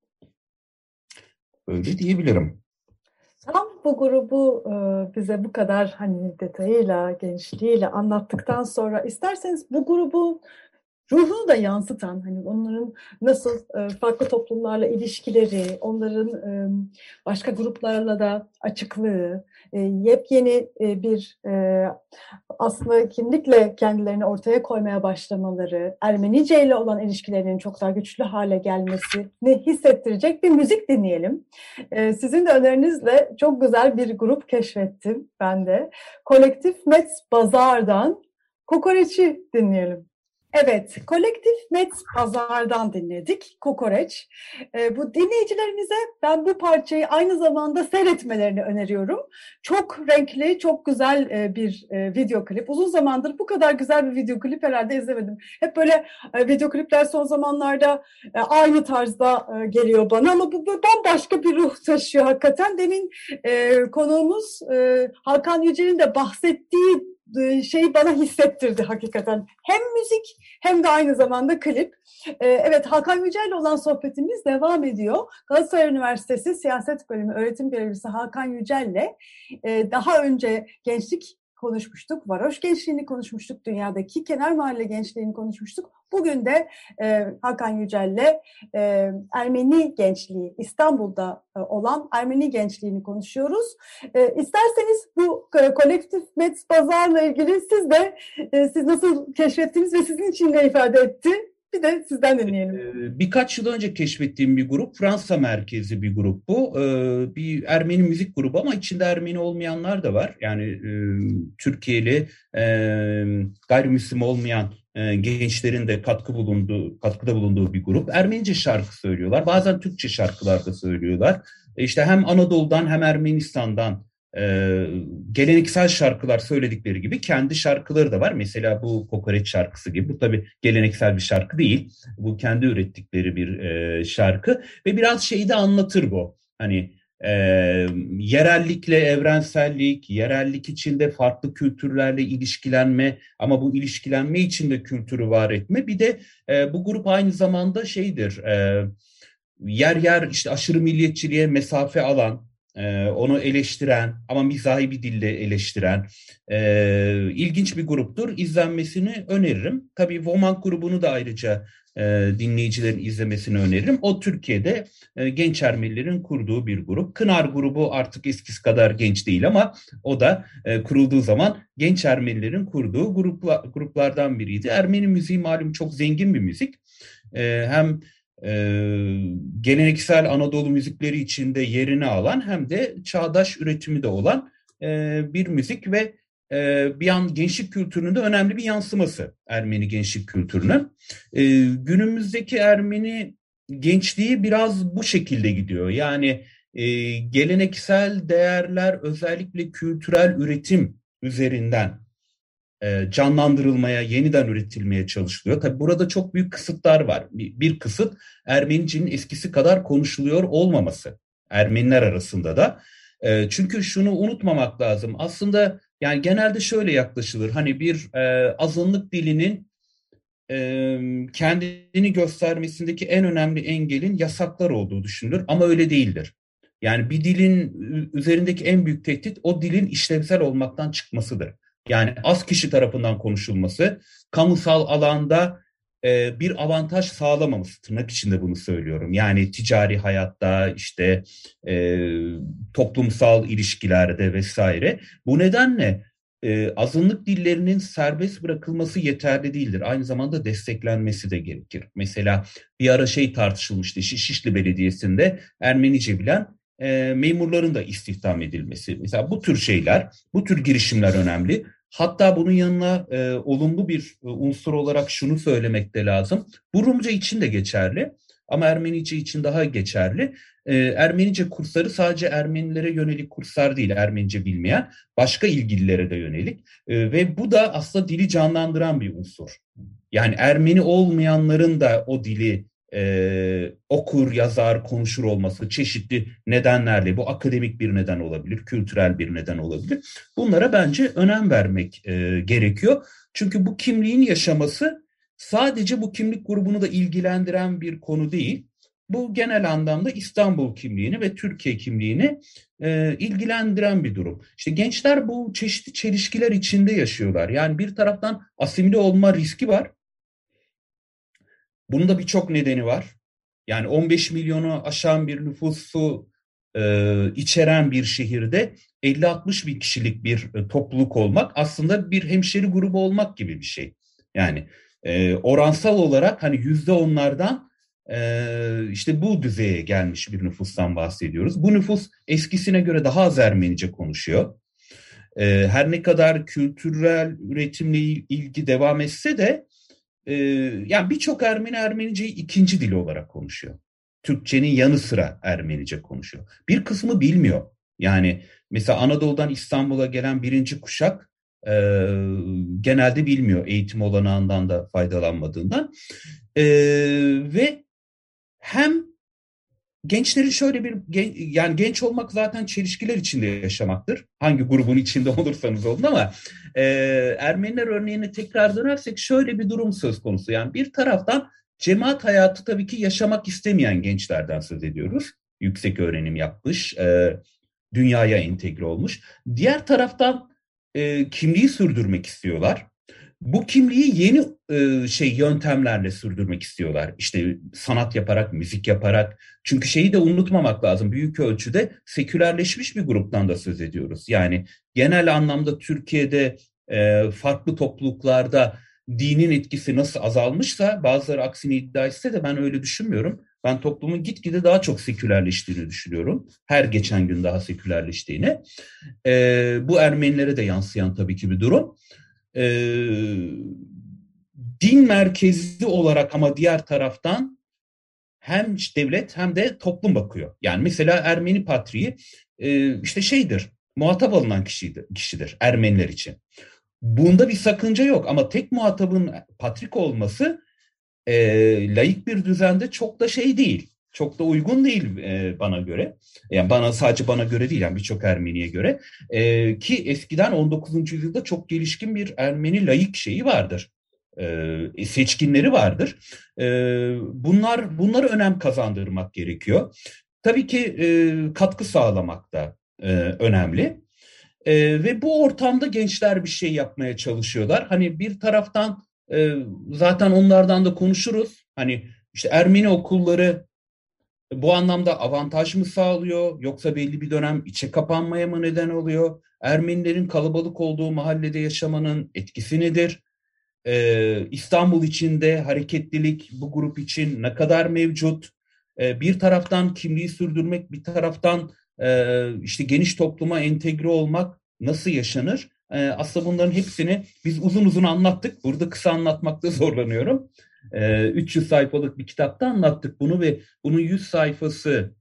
[SPEAKER 6] Öyle diyebilirim.
[SPEAKER 5] Tam bu grubu e, bize bu kadar hani detayıyla, genişliğiyle anlattıktan sonra isterseniz bu grubun ruhunu da yansıtan, hani onların nasıl e, farklı toplumlarla ilişkileri, onların e, başka gruplarla da açıklığı, e, yepyeni e, bir e, aslında kimlikle kendilerini ortaya koymaya başlamaları, Ermenice ile olan ilişkilerinin çok daha güçlü hale gelmesini hissettirecek bir müzik dinleyelim. E, sizin de önerinizle çok güzel bir grup keşfettim ben de. Kolektif Metz Bazar'dan Kokoreç'i dinleyelim. Evet, Kolektif Metz Bazar'dan dinledik, Kokoreç. E, bu dinleyicilerimize ben bu parçayı aynı zamanda seyretmelerini öneriyorum. Çok renkli, çok güzel e, bir e, video klip. Uzun zamandır bu kadar güzel bir video klip herhalde izlemedim. Hep böyle e, video klipler son zamanlarda e, aynı tarzda e, geliyor bana ama bu, bu bambaşka bir ruh taşıyor hakikaten. Demin e, konuğumuz e, Hakan Yücel'in de bahsettiği şeyi bana hissettirdi hakikaten. Hem müzik hem de aynı zamanda klip. Ee, evet, Hakan Yücel'le olan sohbetimiz devam ediyor. Galatasaray Üniversitesi Siyaset Bölümü öğretim görevlisi Hakan Yücel'le e, daha önce gençlik konuşmuştuk, varoş gençliğini konuşmuştuk, dünyadaki kenar mahalle gençliğini konuşmuştuk. Bugün de e, Hakan Yücel'le e, Ermeni gençliği, İstanbul'da e, olan Ermeni gençliğini konuşuyoruz. E, isterseniz bu e, Kolektif Metz Bazar'la ilgili siz de e, siz nasıl keşfettiniz ve sizin için ne ifade etti? Bir de sizden dinleyelim.
[SPEAKER 6] Birkaç yıl önce keşfettiğim bir grup, Fransa merkezli bir grup bu. Bir Ermeni müzik grubu ama içinde Ermeni olmayanlar da var. Yani Türkiye'li gayrimüslim olmayan gençlerin de katkı bulunduğu, katkıda bulunduğu bir grup. Ermenice şarkı söylüyorlar. Bazen Türkçe şarkılar da söylüyorlar. İşte hem Anadolu'dan hem Ermenistan'dan Ee, geleneksel şarkılar söyledikleri gibi kendi şarkıları da var. Mesela bu Kokoreç şarkısı gibi. Bu tabii geleneksel bir şarkı değil. Bu kendi ürettikleri bir e, şarkı ve biraz şeyi de anlatır bu. Hani e, yerellikle evrensellik, yerellik içinde farklı kültürlerle ilişkilenme ama bu ilişkilenme içinde kültürü var etme. Bir de e, bu grup aynı zamanda şeydir. E, yer yer işte aşırı milliyetçiliğe mesafe alan, Ee, onu eleştiren ama mizahi bir dille eleştiren e, ilginç bir gruptur. İzlenmesini öneririm. Tabii Woman grubunu da ayrıca e, dinleyicilerin izlemesini öneririm. O Türkiye'de e, genç Ermenilerin kurduğu bir grup. Kınar grubu artık eskisi kadar genç değil ama o da e, kurulduğu zaman genç Ermenilerin kurduğu grupla, gruplardan biriydi. Ermeni müziği malum çok zengin bir müzik. E, hem Ee, geleneksel Anadolu müzikleri içinde yerini alan hem de çağdaş üretimi de olan e, bir müzik ve e, bir an gençlik kültürünün de önemli bir yansıması Ermeni gençlik kültürünün. E, günümüzdeki Ermeni gençliği biraz bu şekilde gidiyor. Yani e, geleneksel değerler özellikle kültürel üretim üzerinden canlandırılmaya, yeniden üretilmeye çalışılıyor. Tabii burada çok büyük kısıtlar var. Bir kısıt Ermenicinin eskisi kadar konuşuluyor olmaması Ermeniler arasında da. Çünkü şunu unutmamak lazım. Aslında yani genelde şöyle yaklaşılır. Hani bir azınlık dilinin kendini göstermesindeki en önemli engelin yasaklar olduğu düşünülür ama öyle değildir. Yani bir dilin üzerindeki en büyük tehdit o dilin işlevsel olmaktan çıkmasıdır. Yani az kişi tarafından konuşulması, kamusal alanda e, bir avantaj sağlamaması, tırnak içinde bunu söylüyorum. Yani ticari hayatta, işte e, toplumsal ilişkilerde vesaire. Bu nedenle e, azınlık dillerinin serbest bırakılması yeterli değildir. Aynı zamanda desteklenmesi de gerekir. Mesela bir ara şey tartışılmıştı, Şişli Belediyesi'nde Ermenice bilen e, memurların da istihdam edilmesi. Mesela bu tür şeyler, bu tür girişimler önemli. Hatta bunun yanına e, olumlu bir e, unsur olarak şunu söylemek de lazım. Bu Rumca için de geçerli ama Ermenice için daha geçerli. E, Ermenice kursları sadece Ermenilere yönelik kurslar değil, Ermenice bilmeyen başka ilgililere de yönelik. E, ve bu da aslında dili canlandıran bir unsur. Yani Ermeni olmayanların da o dili e, okur, yazar, konuşur olması çeşitli nedenlerle, bu akademik bir neden olabilir, kültürel bir neden olabilir. Bunlara bence önem vermek e, gerekiyor. Çünkü bu kimliğin yaşaması sadece bu kimlik grubunu da ilgilendiren bir konu değil. Bu genel anlamda İstanbul kimliğini ve Türkiye kimliğini e, ilgilendiren bir durum. İşte gençler bu çeşitli çelişkiler içinde yaşıyorlar. Yani bir taraftan asimile olma riski var. Bunun da birçok nedeni var. Yani on beş milyonu aşan bir nüfusu e, içeren bir şehirde elli altmış bin kişilik bir e, topluluk olmak aslında bir hemşeri grubu olmak gibi bir şey. Yani e, oransal olarak hani yüzde onlardan e, işte bu düzeye gelmiş bir nüfustan bahsediyoruz. Bu nüfus eskisine göre daha az Ermenice konuşuyor. E, her ne kadar kültürel üretimle ilgi devam etse de Ee, yani birçok Ermeni Ermeniceyi ikinci dili olarak konuşuyor. Türkçenin yanı sıra Ermenice konuşuyor. Bir kısmı bilmiyor. Yani mesela Anadolu'dan İstanbul'a gelen birinci kuşak e, genelde bilmiyor, eğitim olanağından da faydalanmadığından. E, ve hem gençlerin şöyle bir, yani genç olmak zaten çelişkiler içinde yaşamaktır. Hangi grubun içinde olursanız olun ama e, Ermeniler örneğine tekrar dönersek şöyle bir durum söz konusu. Yani bir taraftan cemaat hayatı tabii ki yaşamak istemeyen gençlerden söz ediyoruz. Yüksek öğrenim yapmış, e, dünyaya entegre olmuş. Diğer taraftan e, kimliği sürdürmek istiyorlar. Bu kimliği yeni e, şey yöntemlerle sürdürmek istiyorlar. İşte sanat yaparak, müzik yaparak. Çünkü şeyi de unutmamak lazım. Büyük ölçüde sekülerleşmiş bir gruptan da söz ediyoruz. Yani genel anlamda Türkiye'de e, farklı topluluklarda dinin etkisi nasıl azalmışsa, bazıları aksini iddia etse de ben öyle düşünmüyorum. Ben toplumun gitgide daha çok sekülerleştiğini düşünüyorum. Her geçen gün daha sekülerleştiğini. E, bu Ermenilere de yansıyan tabii ki bir durum. E, din merkezli olarak ama diğer taraftan hem devlet hem de toplum bakıyor. Yani mesela Ermeni patriği e, işte şeydir, muhatap alınan kişidir, kişidir Ermeniler için. Bunda bir sakınca yok ama tek muhatabın patrik olması e, laik bir düzende çok da şey değil. Çok da uygun değil e, bana göre. Yani bana sadece bana göre değil, yani birçok Ermeniye göre. E, ki eskiden on dokuzuncu yüzyılda çok gelişkin bir Ermeni laik şeyi vardır. E, seçkinleri vardır. E, bunlar bunlara önem kazandırmak gerekiyor. Tabii ki e, katkı sağlamak da e, önemli. E, ve bu ortamda gençler bir şey yapmaya çalışıyorlar. Hani bir taraftan e, zaten onlardan da konuşuruz. Hani işte Ermeni okulları bu anlamda avantaj mı sağlıyor, yoksa belli bir dönem içe kapanmaya mı neden oluyor? Ermenilerin kalabalık olduğu mahallede yaşamanın etkisi nedir? Ee, İstanbul içinde hareketlilik bu grup için ne kadar mevcut? Ee, bir taraftan kimliği sürdürmek, bir taraftan e, işte geniş topluma entegre olmak nasıl yaşanır? Ee, aslında bunların hepsini biz uzun uzun anlattık. Burada kısa anlatmakta zorlanıyorum. üç yüz sayfalık bir kitapta anlattık bunu ve bunun yüz sayfası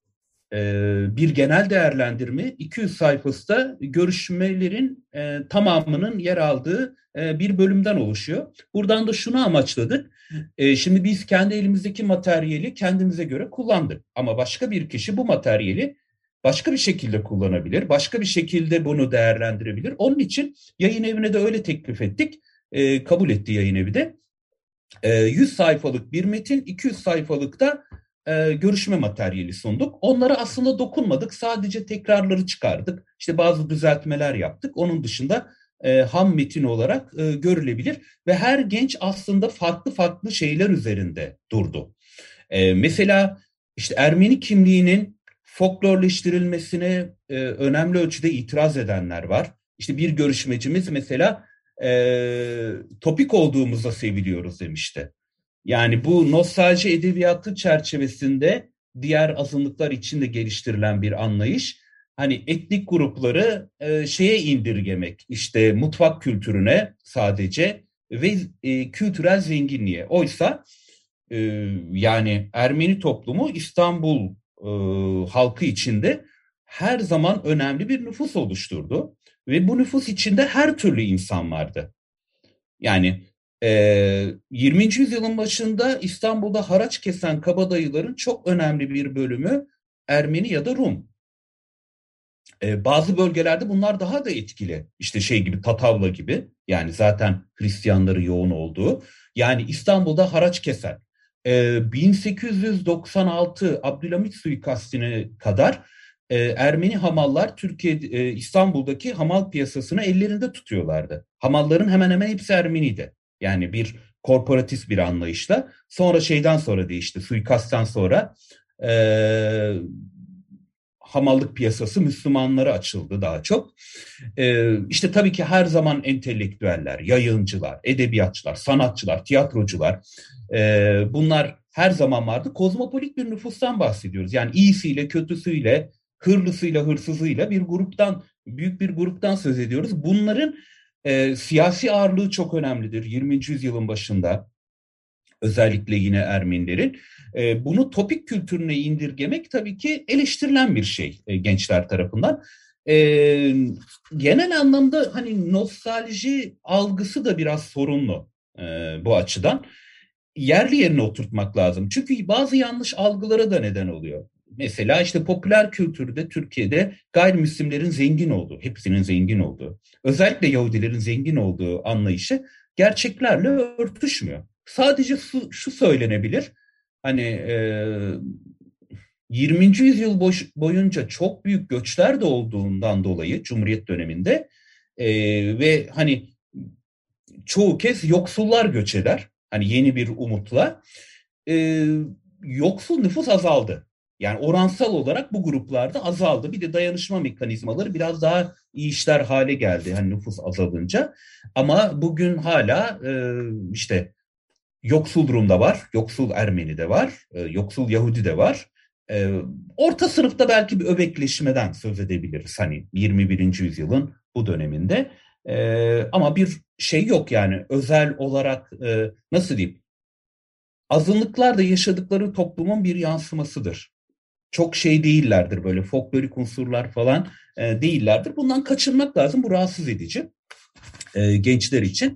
[SPEAKER 6] bir genel değerlendirme, iki yüz sayfası da görüşmelerin tamamının yer aldığı bir bölümden oluşuyor. Buradan da şunu amaçladık. Şimdi biz kendi elimizdeki materyali kendimize göre kullandık. Ama başka bir kişi bu materyali başka bir şekilde kullanabilir, başka bir şekilde bunu değerlendirebilir. Onun için yayın evine de öyle teklif ettik. Kabul etti yayın evi de. yüz sayfalık bir metin, iki yüz sayfalıkta e, görüşme materyali sunduk. Onlara aslında dokunmadık. Sadece tekrarları çıkardık. İşte bazı düzeltmeler yaptık. Onun dışında e, ham metin olarak e, görülebilir. Ve her genç aslında farklı farklı şeyler üzerinde durdu. E, mesela işte Ermeni kimliğinin folklorleştirilmesine e, önemli ölçüde itiraz edenler var. İşte bir görüşmecimiz mesela E, topik olduğumuzda seviliyoruz demişti. Yani bu nostalji edebiyatı çerçevesinde diğer azınlıklar için de geliştirilen bir anlayış. Hani etnik grupları e, şeye indirgemek, işte mutfak kültürüne sadece ve e, kültürel zenginliğe. Oysa e, yani Ermeni toplumu İstanbul e, halkı içinde her zaman önemli bir nüfus oluşturdu. Ve bu nüfus içinde her türlü insan vardı. Yani e, yirminci yüzyılın başında İstanbul'da haraç kesen kabadayıların çok önemli bir bölümü Ermeni ya da Rum. E, bazı bölgelerde bunlar daha da etkili. İşte şey gibi, Tatavla gibi, yani zaten Hristiyanları yoğun olduğu. Yani İstanbul'da haraç kesen. E, bin sekiz yüz doksan altı Abdülhamit suikastine kadar e, Ermeni hamallar Türkiye e, İstanbul'daki hamal piyasasını ellerinde tutuyorlardı. Hamalların hemen hemen hepsi Ermeniydi. Yani bir korporatist bir anlayışla. Sonra şeyden sonra değişti, suikasttan sonra e, hamallık piyasası Müslümanlara açıldı daha çok. Ee, işte tabii ki her zaman entelektüeller, yayıncılar, edebiyatçılar, sanatçılar, tiyatrocular, e, bunlar her zaman vardı. Kozmopolit bir nüfustan bahsediyoruz. Yani iyisiyle, kötüsüyle, hırlısıyla, hırsızıyla bir gruptan, büyük bir gruptan söz ediyoruz. Bunların e, siyasi ağırlığı çok önemlidir yirminci yüzyılın başında. Özellikle yine Ermenilerin. E, bunu topik kültürüne indirgemek tabii ki eleştirilen bir şey e, gençler tarafından. E, genel anlamda hani nostalji algısı da biraz sorunlu e, bu açıdan. Yerli yerine oturtmak lazım. Çünkü bazı yanlış algılara da neden oluyor. Mesela işte popüler kültürde Türkiye'de gayrimüslimlerin zengin olduğu, hepsinin zengin olduğu, özellikle Yahudilerin zengin olduğu anlayışı gerçeklerle örtüşmüyor. Sadece şu, şu söylenebilir, hani e, yirminci yüzyıl boş, boyunca çok büyük göçler de olduğundan dolayı Cumhuriyet döneminde e, ve hani çoğu kez yoksullar göç eder, hani yeni bir umutla e, yoksul nüfus azaldı. Yani oransal olarak bu gruplarda azaldı. Bir de dayanışma mekanizmaları biraz daha iyi işler hale geldi, hani nüfus azalınca. Ama bugün hala e, işte yoksul Rum da var, yoksul Ermeni de var, e, yoksul Yahudi de var. E, orta sınıfta belki bir öbekleşmeden söz edebiliriz hani yirmi birinci yüzyılın bu döneminde. E, ama bir şey yok yani özel olarak e, nasıl diyeyim? Azınlıklar da yaşadıkları toplumun bir yansımasıdır. Çok şey değillerdir, böyle folklorik unsurlar falan e, değillerdir. Bundan kaçınmak lazım. Bu rahatsız edici e, gençler için.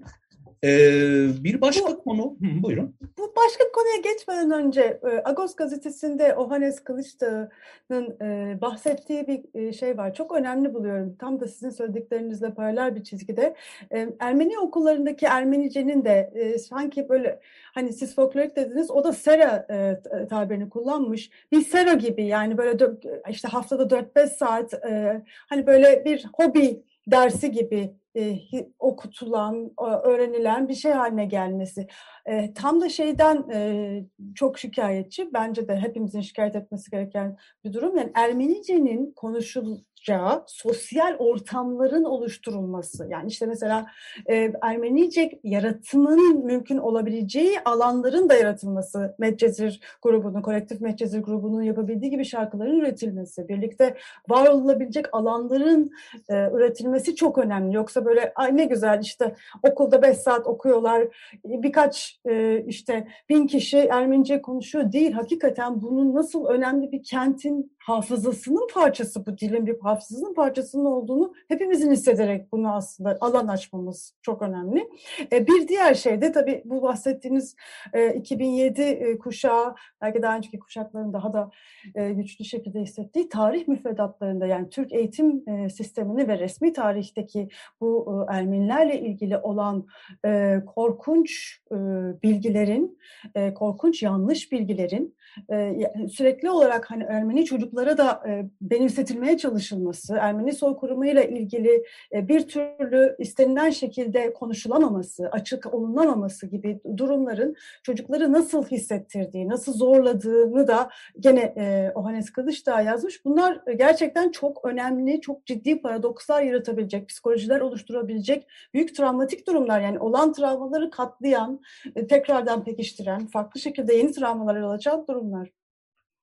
[SPEAKER 6] Ee, bir başka bu, konu, Hı, buyurun.
[SPEAKER 5] Bu başka konuya geçmeden önce Agos gazetesinde Ohannes Kılıçdağ'ın e, bahsettiği bir e, şey var. Çok önemli buluyorum. Tam da sizin söylediklerinizle paralel bir çizgide. E, Ermeni okullarındaki Ermenice'nin de e, sanki böyle hani siz folklorik dediniz, o da sera e, tabirini kullanmış. Bir sera gibi, yani böyle dört, işte haftada dört beş saat e, hani böyle bir hobi dersi gibi e, okutulan, öğrenilen bir şey haline gelmesi. E, tam da şeyden e, çok şikayetçi, bence de hepimizin şikayet etmesi gereken bir durum. Yani Ermenice'nin konuşulacağı sosyal ortamların oluşturulması. Yani işte mesela e, Ermenice yaratımın mümkün olabileceği alanların da yaratılması, Medcezir grubunun, kolektif Medcezir grubunun yapabildiği gibi şarkıların üretilmesi, birlikte var olabilecek alanların e, üretilmesi çok önemli. Yoksa böyle ay ne güzel işte okulda beş saat okuyorlar, birkaç e, işte bin kişi Ermenice konuşuyor değil. Hakikaten bunun nasıl önemli bir kentin hafızasının parçası, bu dilin bir hafızasının parçasının olduğunu hepimizin hissederek bunu aslında alan açmamız çok önemli. E, bir diğer şey de tabii bu bahsettiğiniz e, iki bin yedi e, kuşağı, belki daha önceki kuşakların daha da e, güçlü şekilde hissettiği tarih müfredatlarında, yani Türk eğitim e, sistemini ve resmi tarihteki bu e, Ermenilerle ilgili olan e, korkunç e, bilgilerin, e, korkunç yanlış bilgilerin e, sürekli olarak hani Ermeni çocuklara da e, benimsetilmeye çalışılması, Ermeni soykırımıyla ilgili e, bir türlü istenilen şekilde konuşulamaması, açık olunamaması gibi durumların çocukları nasıl hissettirdiği, nasıl zorladığını da gene e, Ohannes Kılıçdağ yazmış. Bunlar gerçekten çok önemli, çok ciddi paradokslar yaratabilecek, psikolojiler oluşturabilecek büyük travmatik durumlar. Yani olan travmaları katlayan, e, tekrardan pekiştiren, farklı şekilde yeni travmalara yol açan durumlar.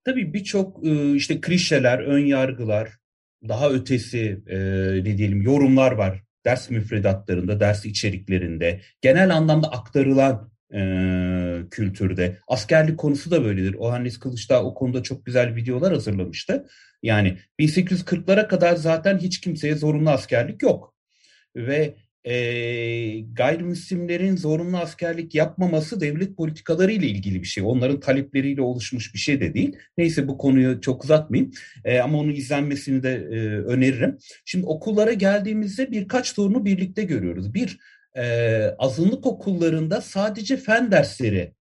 [SPEAKER 6] Tabii birçok e, işte klişeler, ön yargılar, daha ötesi e, ne diyelim yorumlar var. Ders müfredatlarında, ders içeriklerinde, genel anlamda aktarılan e, kültürde. Askerlik konusu da böyledir. Ohannes Kılıçdağ o konuda çok güzel videolar hazırlamıştı. Yani bin sekiz yüz kırklara kadar zaten hiç kimseye zorunlu askerlik yok. Ve e, gayrimüslimlerin zorunlu askerlik yapmaması devlet politikaları ile ilgili bir şey. Onların talepleriyle oluşmuş bir şey de değil. Neyse bu konuyu çok uzatmayayım. E, ama onun izlenmesini de e, öneririm. Şimdi okullara geldiğimizde birkaç sorunu birlikte görüyoruz. Bir, e, azınlık okullarında sadece fen dersleri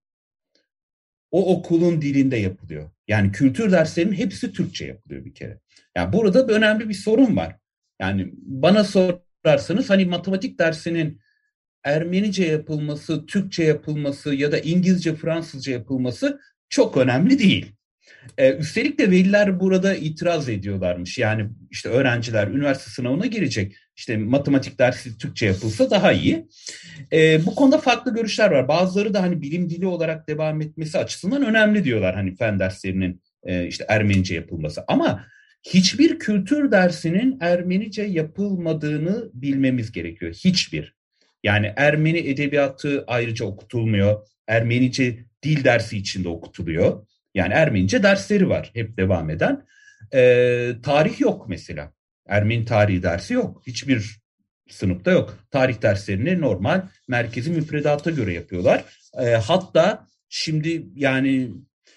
[SPEAKER 6] o okulun dilinde yapılıyor. Yani kültür derslerinin hepsi Türkçe yapılıyor bir kere. Yani burada bir önemli bir sorun var. Yani bana sorarsanız hani matematik dersinin Ermenice yapılması, Türkçe yapılması ya da İngilizce, Fransızca yapılması çok önemli değil. Ee, üstelik de veliler burada itiraz ediyorlarmış. Yani işte öğrenciler üniversite sınavına girecek. İşte matematik dersi Türkçe yapılsa daha iyi. Ee, bu konuda farklı görüşler var. Bazıları da hani bilim dili olarak devam etmesi açısından önemli diyorlar. Hani fen derslerinin e, işte Ermenice yapılması. Ama hiçbir kültür dersinin Ermenice yapılmadığını bilmemiz gerekiyor. Hiçbir. Yani Ermeni edebiyatı ayrıca okutulmuyor. Ermenice dil dersi içinde okutuluyor. Yani Ermenice dersleri var hep devam eden. Ee, tarih yok mesela. Ermeni tarihi dersi yok. Hiçbir sınıfta yok. Tarih derslerini normal merkezi müfredata göre yapıyorlar. Ee, hatta şimdi yani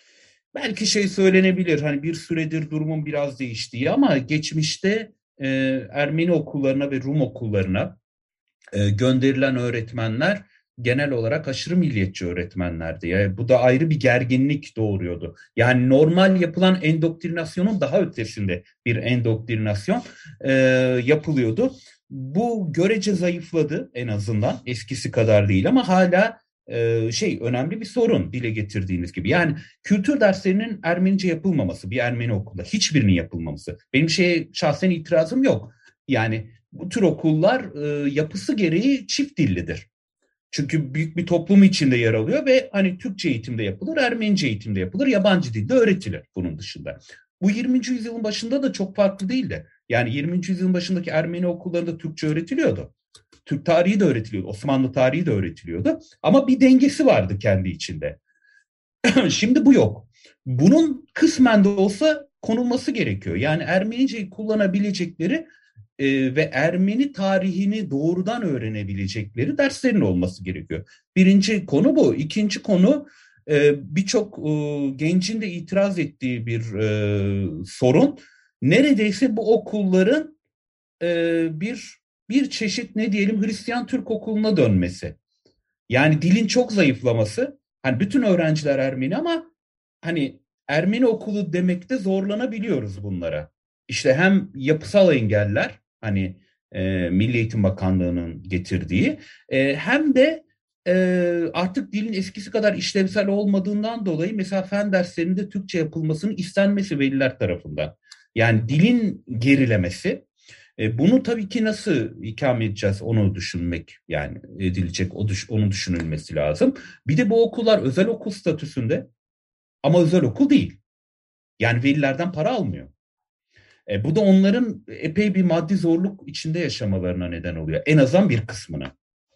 [SPEAKER 6] belki şey söylenebilir. Hani bir süredir durumun biraz değiştiği ama geçmişte e, Ermeni okullarına ve Rum okullarına e, gönderilen öğretmenler genel olarak aşırı milliyetçi öğretmenlerdi. Yani bu da ayrı bir gerginlik doğuruyordu. Yani normal yapılan endoktrinasyonun daha ötesinde bir endoktrinasyon e, yapılıyordu. Bu görece zayıfladı en azından. Eskisi kadar değil ama hala e, şey önemli bir sorun dile getirdiğiniz gibi. Yani kültür derslerinin Ermenice yapılmaması bir Ermeni okulda hiçbirinin yapılmaması. Benim şeye şahsen itirazım yok. Yani bu tür okullar e, yapısı gereği çift dillidir. Çünkü büyük bir toplum içinde yer alıyor ve hani Türkçe eğitimde yapılır, Ermenice eğitimde yapılır, yabancı dilde öğretilir bunun dışında. Bu yirminci yüzyılın başında da çok farklı değildi. Yani yirminci yüzyılın başındaki Ermeni okullarında Türkçe öğretiliyordu. Türk tarihi de öğretiliyordu, Osmanlı tarihi de öğretiliyordu. Ama bir dengesi vardı kendi içinde. Şimdi bu yok. Bunun kısmen de olsa konulması gerekiyor. Yani Ermeniceyi kullanabilecekleri e, ve Ermeni tarihini doğrudan öğrenebilecekleri derslerin olması gerekiyor. Birinci konu bu. İkinci konu e, birçok e, gencin de itiraz ettiği bir e, sorun. Neredeyse bu okulların e, bir bir çeşit ne diyelim Hristiyan Türk okuluna dönmesi. Yani dilin çok zayıflaması. Hani bütün öğrenciler Ermeni ama hani Ermeni okulu demekte zorlanabiliyoruz bunlara. İşte hem yapısal engeller hani e, Milli Eğitim Bakanlığı'nın getirdiği e, hem de e, artık dilin eskisi kadar işlevsel olmadığından dolayı mesela fen derslerinde Türkçe yapılmasının istenmesi veliler tarafından. Yani dilin gerilemesi. E, bunu tabii ki nasıl ikame edeceğiz onu düşünmek yani edilecek o düş, onu düşünülmesi lazım. Bir de bu okullar özel okul statüsünde ama özel okul değil. Yani velilerden para almıyor. E, bu da onların epey bir maddi zorluk içinde yaşamalarına neden oluyor. En azından bir kısmına.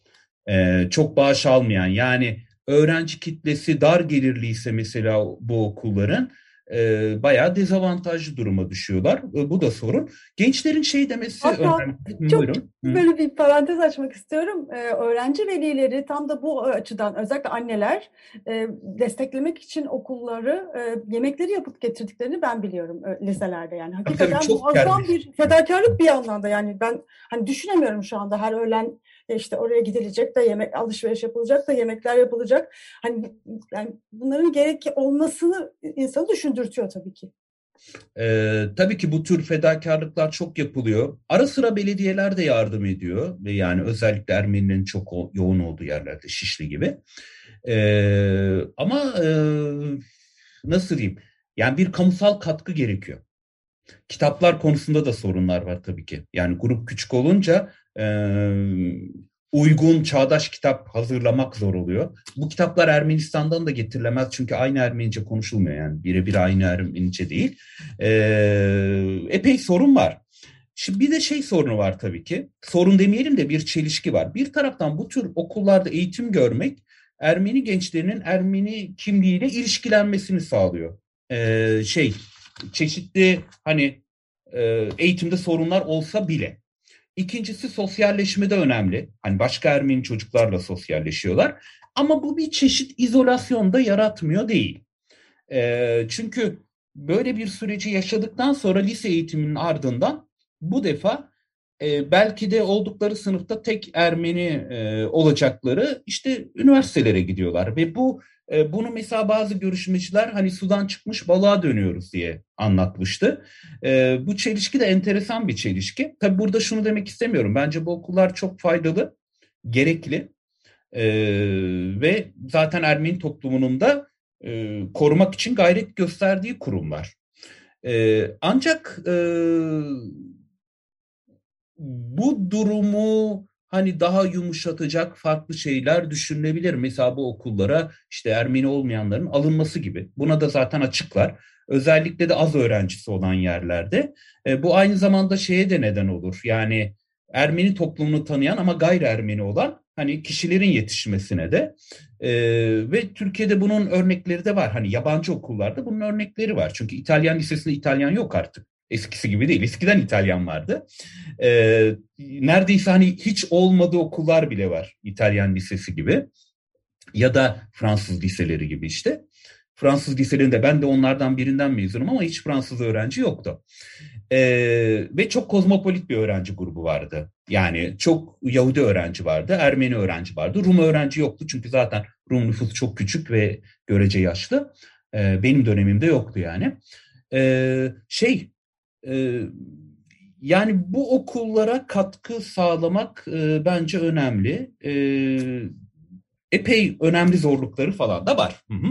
[SPEAKER 6] E, çok bağış almayan yani öğrenci kitlesi dar gelirliyse mesela bu okulların e, bayağı dezavantajlı duruma düşüyorlar. E, bu da sorun. Gençlerin şey demesi
[SPEAKER 5] Hatta
[SPEAKER 6] önemli.
[SPEAKER 5] çok
[SPEAKER 6] Buyurun.
[SPEAKER 5] böyle bir parantez açmak istiyorum. Ee, öğrenci velileri tam da bu açıdan özellikle anneler e, desteklemek için okulları e, yemekleri yapıp getirdiklerini ben biliyorum e, liselerde yani. Hakikaten
[SPEAKER 6] tabii, çok
[SPEAKER 5] muazzam
[SPEAKER 6] terbiyesiz.
[SPEAKER 5] bir fedakarlık bir yandan da yani ben hani düşünemiyorum şu anda her öğlen işte oraya gidilecek de yemek alışveriş yapılacak da yemekler yapılacak. Hani yani bunların gerek olmasını insanı düşündürtüyor tabii ki.
[SPEAKER 6] Ee, tabii ki bu tür fedakarlıklar çok yapılıyor. Ara sıra belediyeler de yardım ediyor. Ve yani özellikle Ermenilerin çok o, yoğun olduğu yerlerde Şişli gibi. Ee, ama e, nasıl diyeyim? Yani bir kamusal katkı gerekiyor. Kitaplar konusunda da sorunlar var tabii ki. Yani grup küçük olunca e, uygun çağdaş kitap hazırlamak zor oluyor. Bu kitaplar Ermenistan'dan da getirilemez çünkü aynı Ermenice konuşulmuyor, yani birebir aynı Ermenice değil. Ee, epey sorun var. Şimdi bir de şey sorunu var tabii ki. Sorun demeyelim de bir çelişki var. Bir taraftan bu tür okullarda eğitim görmek Ermeni gençlerinin Ermeni kimliğiyle ilişkilenmesini sağlıyor. Ee, şey çeşitli hani e, eğitimde sorunlar olsa bile. İkincisi sosyalleşme de önemli. Hani başka Ermeni çocuklarla sosyalleşiyorlar. Ama bu bir çeşit izolasyon da yaratmıyor değil. E, çünkü böyle bir süreci yaşadıktan sonra lise eğitiminin ardından bu defa e, belki de oldukları sınıfta tek Ermeni e, olacakları işte üniversitelere gidiyorlar. Ve bu e, bunu mesela bazı görüşmeciler hani sudan çıkmış balığa dönüyoruz diye anlatmıştı. E, bu çelişki de enteresan bir çelişki. Tabii burada şunu demek istemiyorum. Bence bu okullar çok faydalı, gerekli e, ve zaten Ermeni toplumunun da e, korumak için gayret gösterdiği kurumlar. E, ancak e, bu durumu hani daha yumuşatacak farklı şeyler düşünülebilir. Mesela bu okullara işte Ermeni olmayanların alınması gibi. Buna da zaten açıklar. Özellikle de az öğrencisi olan yerlerde. E, bu aynı zamanda şeye de neden olur. Yani Ermeni toplumunu tanıyan ama gayri Ermeni olan hani kişilerin yetişmesine de. E, ve Türkiye'de bunun örnekleri de var. Hani yabancı okullarda bunun örnekleri var. Çünkü İtalyan lisesinde İtalyan yok artık. Eskisi gibi değil. Eskiden İtalyan vardı. Ee, neredeyse hani hiç olmadığı okullar bile var. İtalyan lisesi gibi. Ya da Fransız liseleri gibi işte. Fransız liselerinde ben de onlardan birinden mezunum ama hiç Fransız öğrenci yoktu. Ee, ve çok kozmopolit bir öğrenci grubu vardı. Yani çok Yahudi öğrenci vardı, Ermeni öğrenci vardı. Rum öğrenci yoktu çünkü zaten Rum nüfusu çok küçük ve görece yaşlı. Ee, benim dönemimde yoktu yani. Ee, şey... Ee, yani bu okullara katkı sağlamak e, bence önemli. E, epey önemli zorlukları falan da var. Hı hı.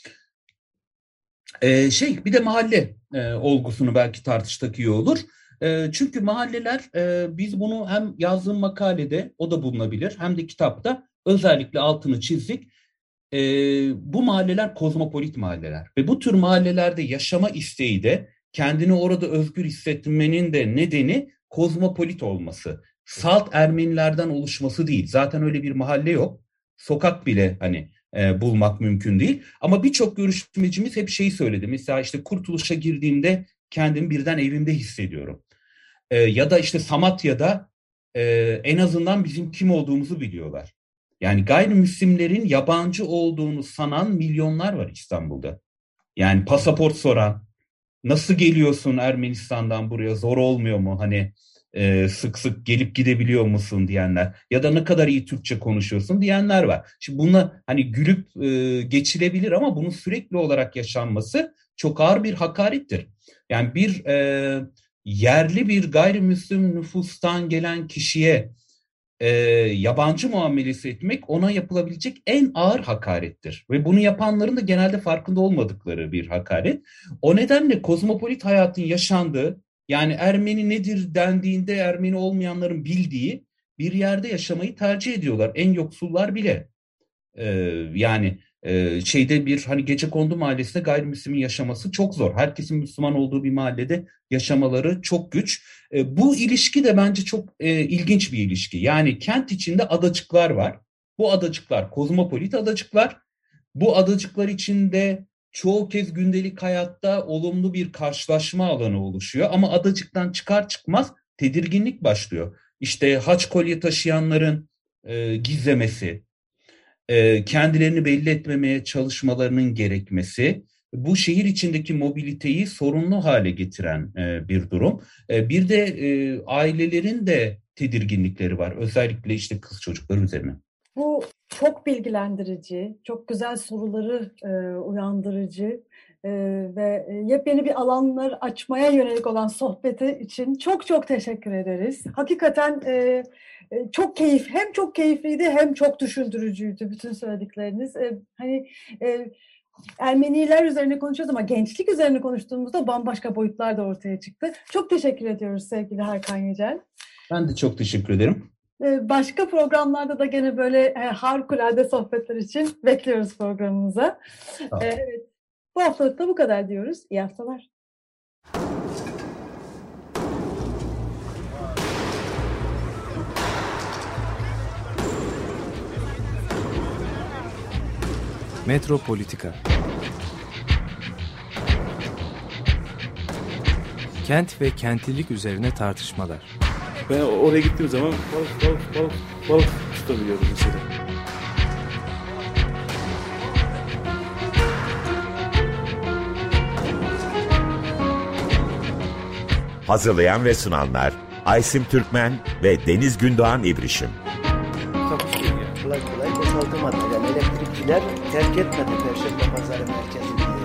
[SPEAKER 6] E, şey bir de mahalle e, olgusunu belki tartışsak iyi olur. E, çünkü mahalleler e, biz bunu hem yazdığım makalede o da bulunabilir hem de kitapta özellikle altını çizdik. E, bu mahalleler kozmopolit mahalleler ve bu tür mahallelerde yaşama isteği de kendini orada özgür hissetmenin de nedeni kozmopolit olması. Salt Ermenilerden oluşması değil. Zaten öyle bir mahalle yok. Sokak bile hani e, bulmak mümkün değil. Ama birçok görüşmecimiz hep şeyi söyledi. Mesela işte Kurtuluş'a girdiğimde kendimi birden evimde hissediyorum. E, ya da işte Samatya'da e, en azından bizim kim olduğumuzu biliyorlar. Yani gayrimüslimlerin yabancı olduğunu sanan milyonlar var İstanbul'da. Yani pasaport soran, nasıl geliyorsun Ermenistan'dan buraya, zor olmuyor mu hani e, sık sık gelip gidebiliyor musun diyenler ya da ne kadar iyi Türkçe konuşuyorsun diyenler var. Şimdi bununla hani gülüp e, geçilebilir ama bunun sürekli olarak yaşanması çok ağır bir hakarettir. Yani bir e, yerli bir gayrimüslim nüfustan gelen kişiye e, yabancı muamelesi etmek ona yapılabilecek en ağır hakarettir. Ve bunu yapanların da genelde farkında olmadıkları bir hakaret. O nedenle kozmopolit hayatın yaşandığı, yani Ermeni nedir dendiğinde Ermeni olmayanların bildiği bir yerde yaşamayı tercih ediyorlar. En yoksullar bile. E, yani e, şeyde bir hani Gecekondu mahallesinde gayrimüslimin yaşaması çok zor. Herkesin Müslüman olduğu bir mahallede yaşamaları çok güç. E, bu ilişki de bence çok e, ilginç bir ilişki. Yani kent içinde adacıklar var. Bu adacıklar kozmopolit adacıklar. Bu adacıklar içinde çoğu kez gündelik hayatta olumlu bir karşılaşma alanı oluşuyor. Ama adacıktan çıkar çıkmaz tedirginlik başlıyor. İşte haç kolye taşıyanların e, gizlemesi, e, kendilerini belli etmemeye çalışmalarının gerekmesi, bu şehir içindeki mobiliteyi sorunlu hale getiren e, bir durum. E, bir de e, ailelerin de tedirginlikleri var. Özellikle işte kız çocukları üzerine.
[SPEAKER 5] Bu çok bilgilendirici, çok güzel soruları e, uyandırıcı e, ve yepyeni bir alanlar açmaya yönelik olan sohbeti için çok çok teşekkür ederiz. Hakikaten e, e, çok keyif, hem çok keyifliydi hem çok düşündürücüydü bütün söyledikleriniz. E, hani e, Ermeniler üzerine konuşuyoruz ama gençlik üzerine konuştuğumuzda bambaşka boyutlar da ortaya çıktı. Çok teşekkür ediyoruz sevgili Hakan Yücel.
[SPEAKER 6] Ben de çok teşekkür ederim.
[SPEAKER 5] Ee, Başka programlarda da gene böyle e, harikulade sohbetler için bekliyoruz programımıza.
[SPEAKER 6] Tamam.
[SPEAKER 5] Ee, Evet, bu haftalık da bu kadar diyoruz. İyi haftalar.
[SPEAKER 1] Metropolitika. Kent ve kentlilik üzerine tartışmalar.
[SPEAKER 2] Ben oraya gittiğim zaman balık balık balık balık tutabiliyorum mesela.
[SPEAKER 3] Hazırlayan ve sunanlar Aysim Türkmen ve Deniz Gündoğan İbrişim.
[SPEAKER 2] Takusuyor ya.
[SPEAKER 4] Kolay kolay boşaltamadı. Yani elektrikçiler terk etmedi Perşembe Pazarı merkezini.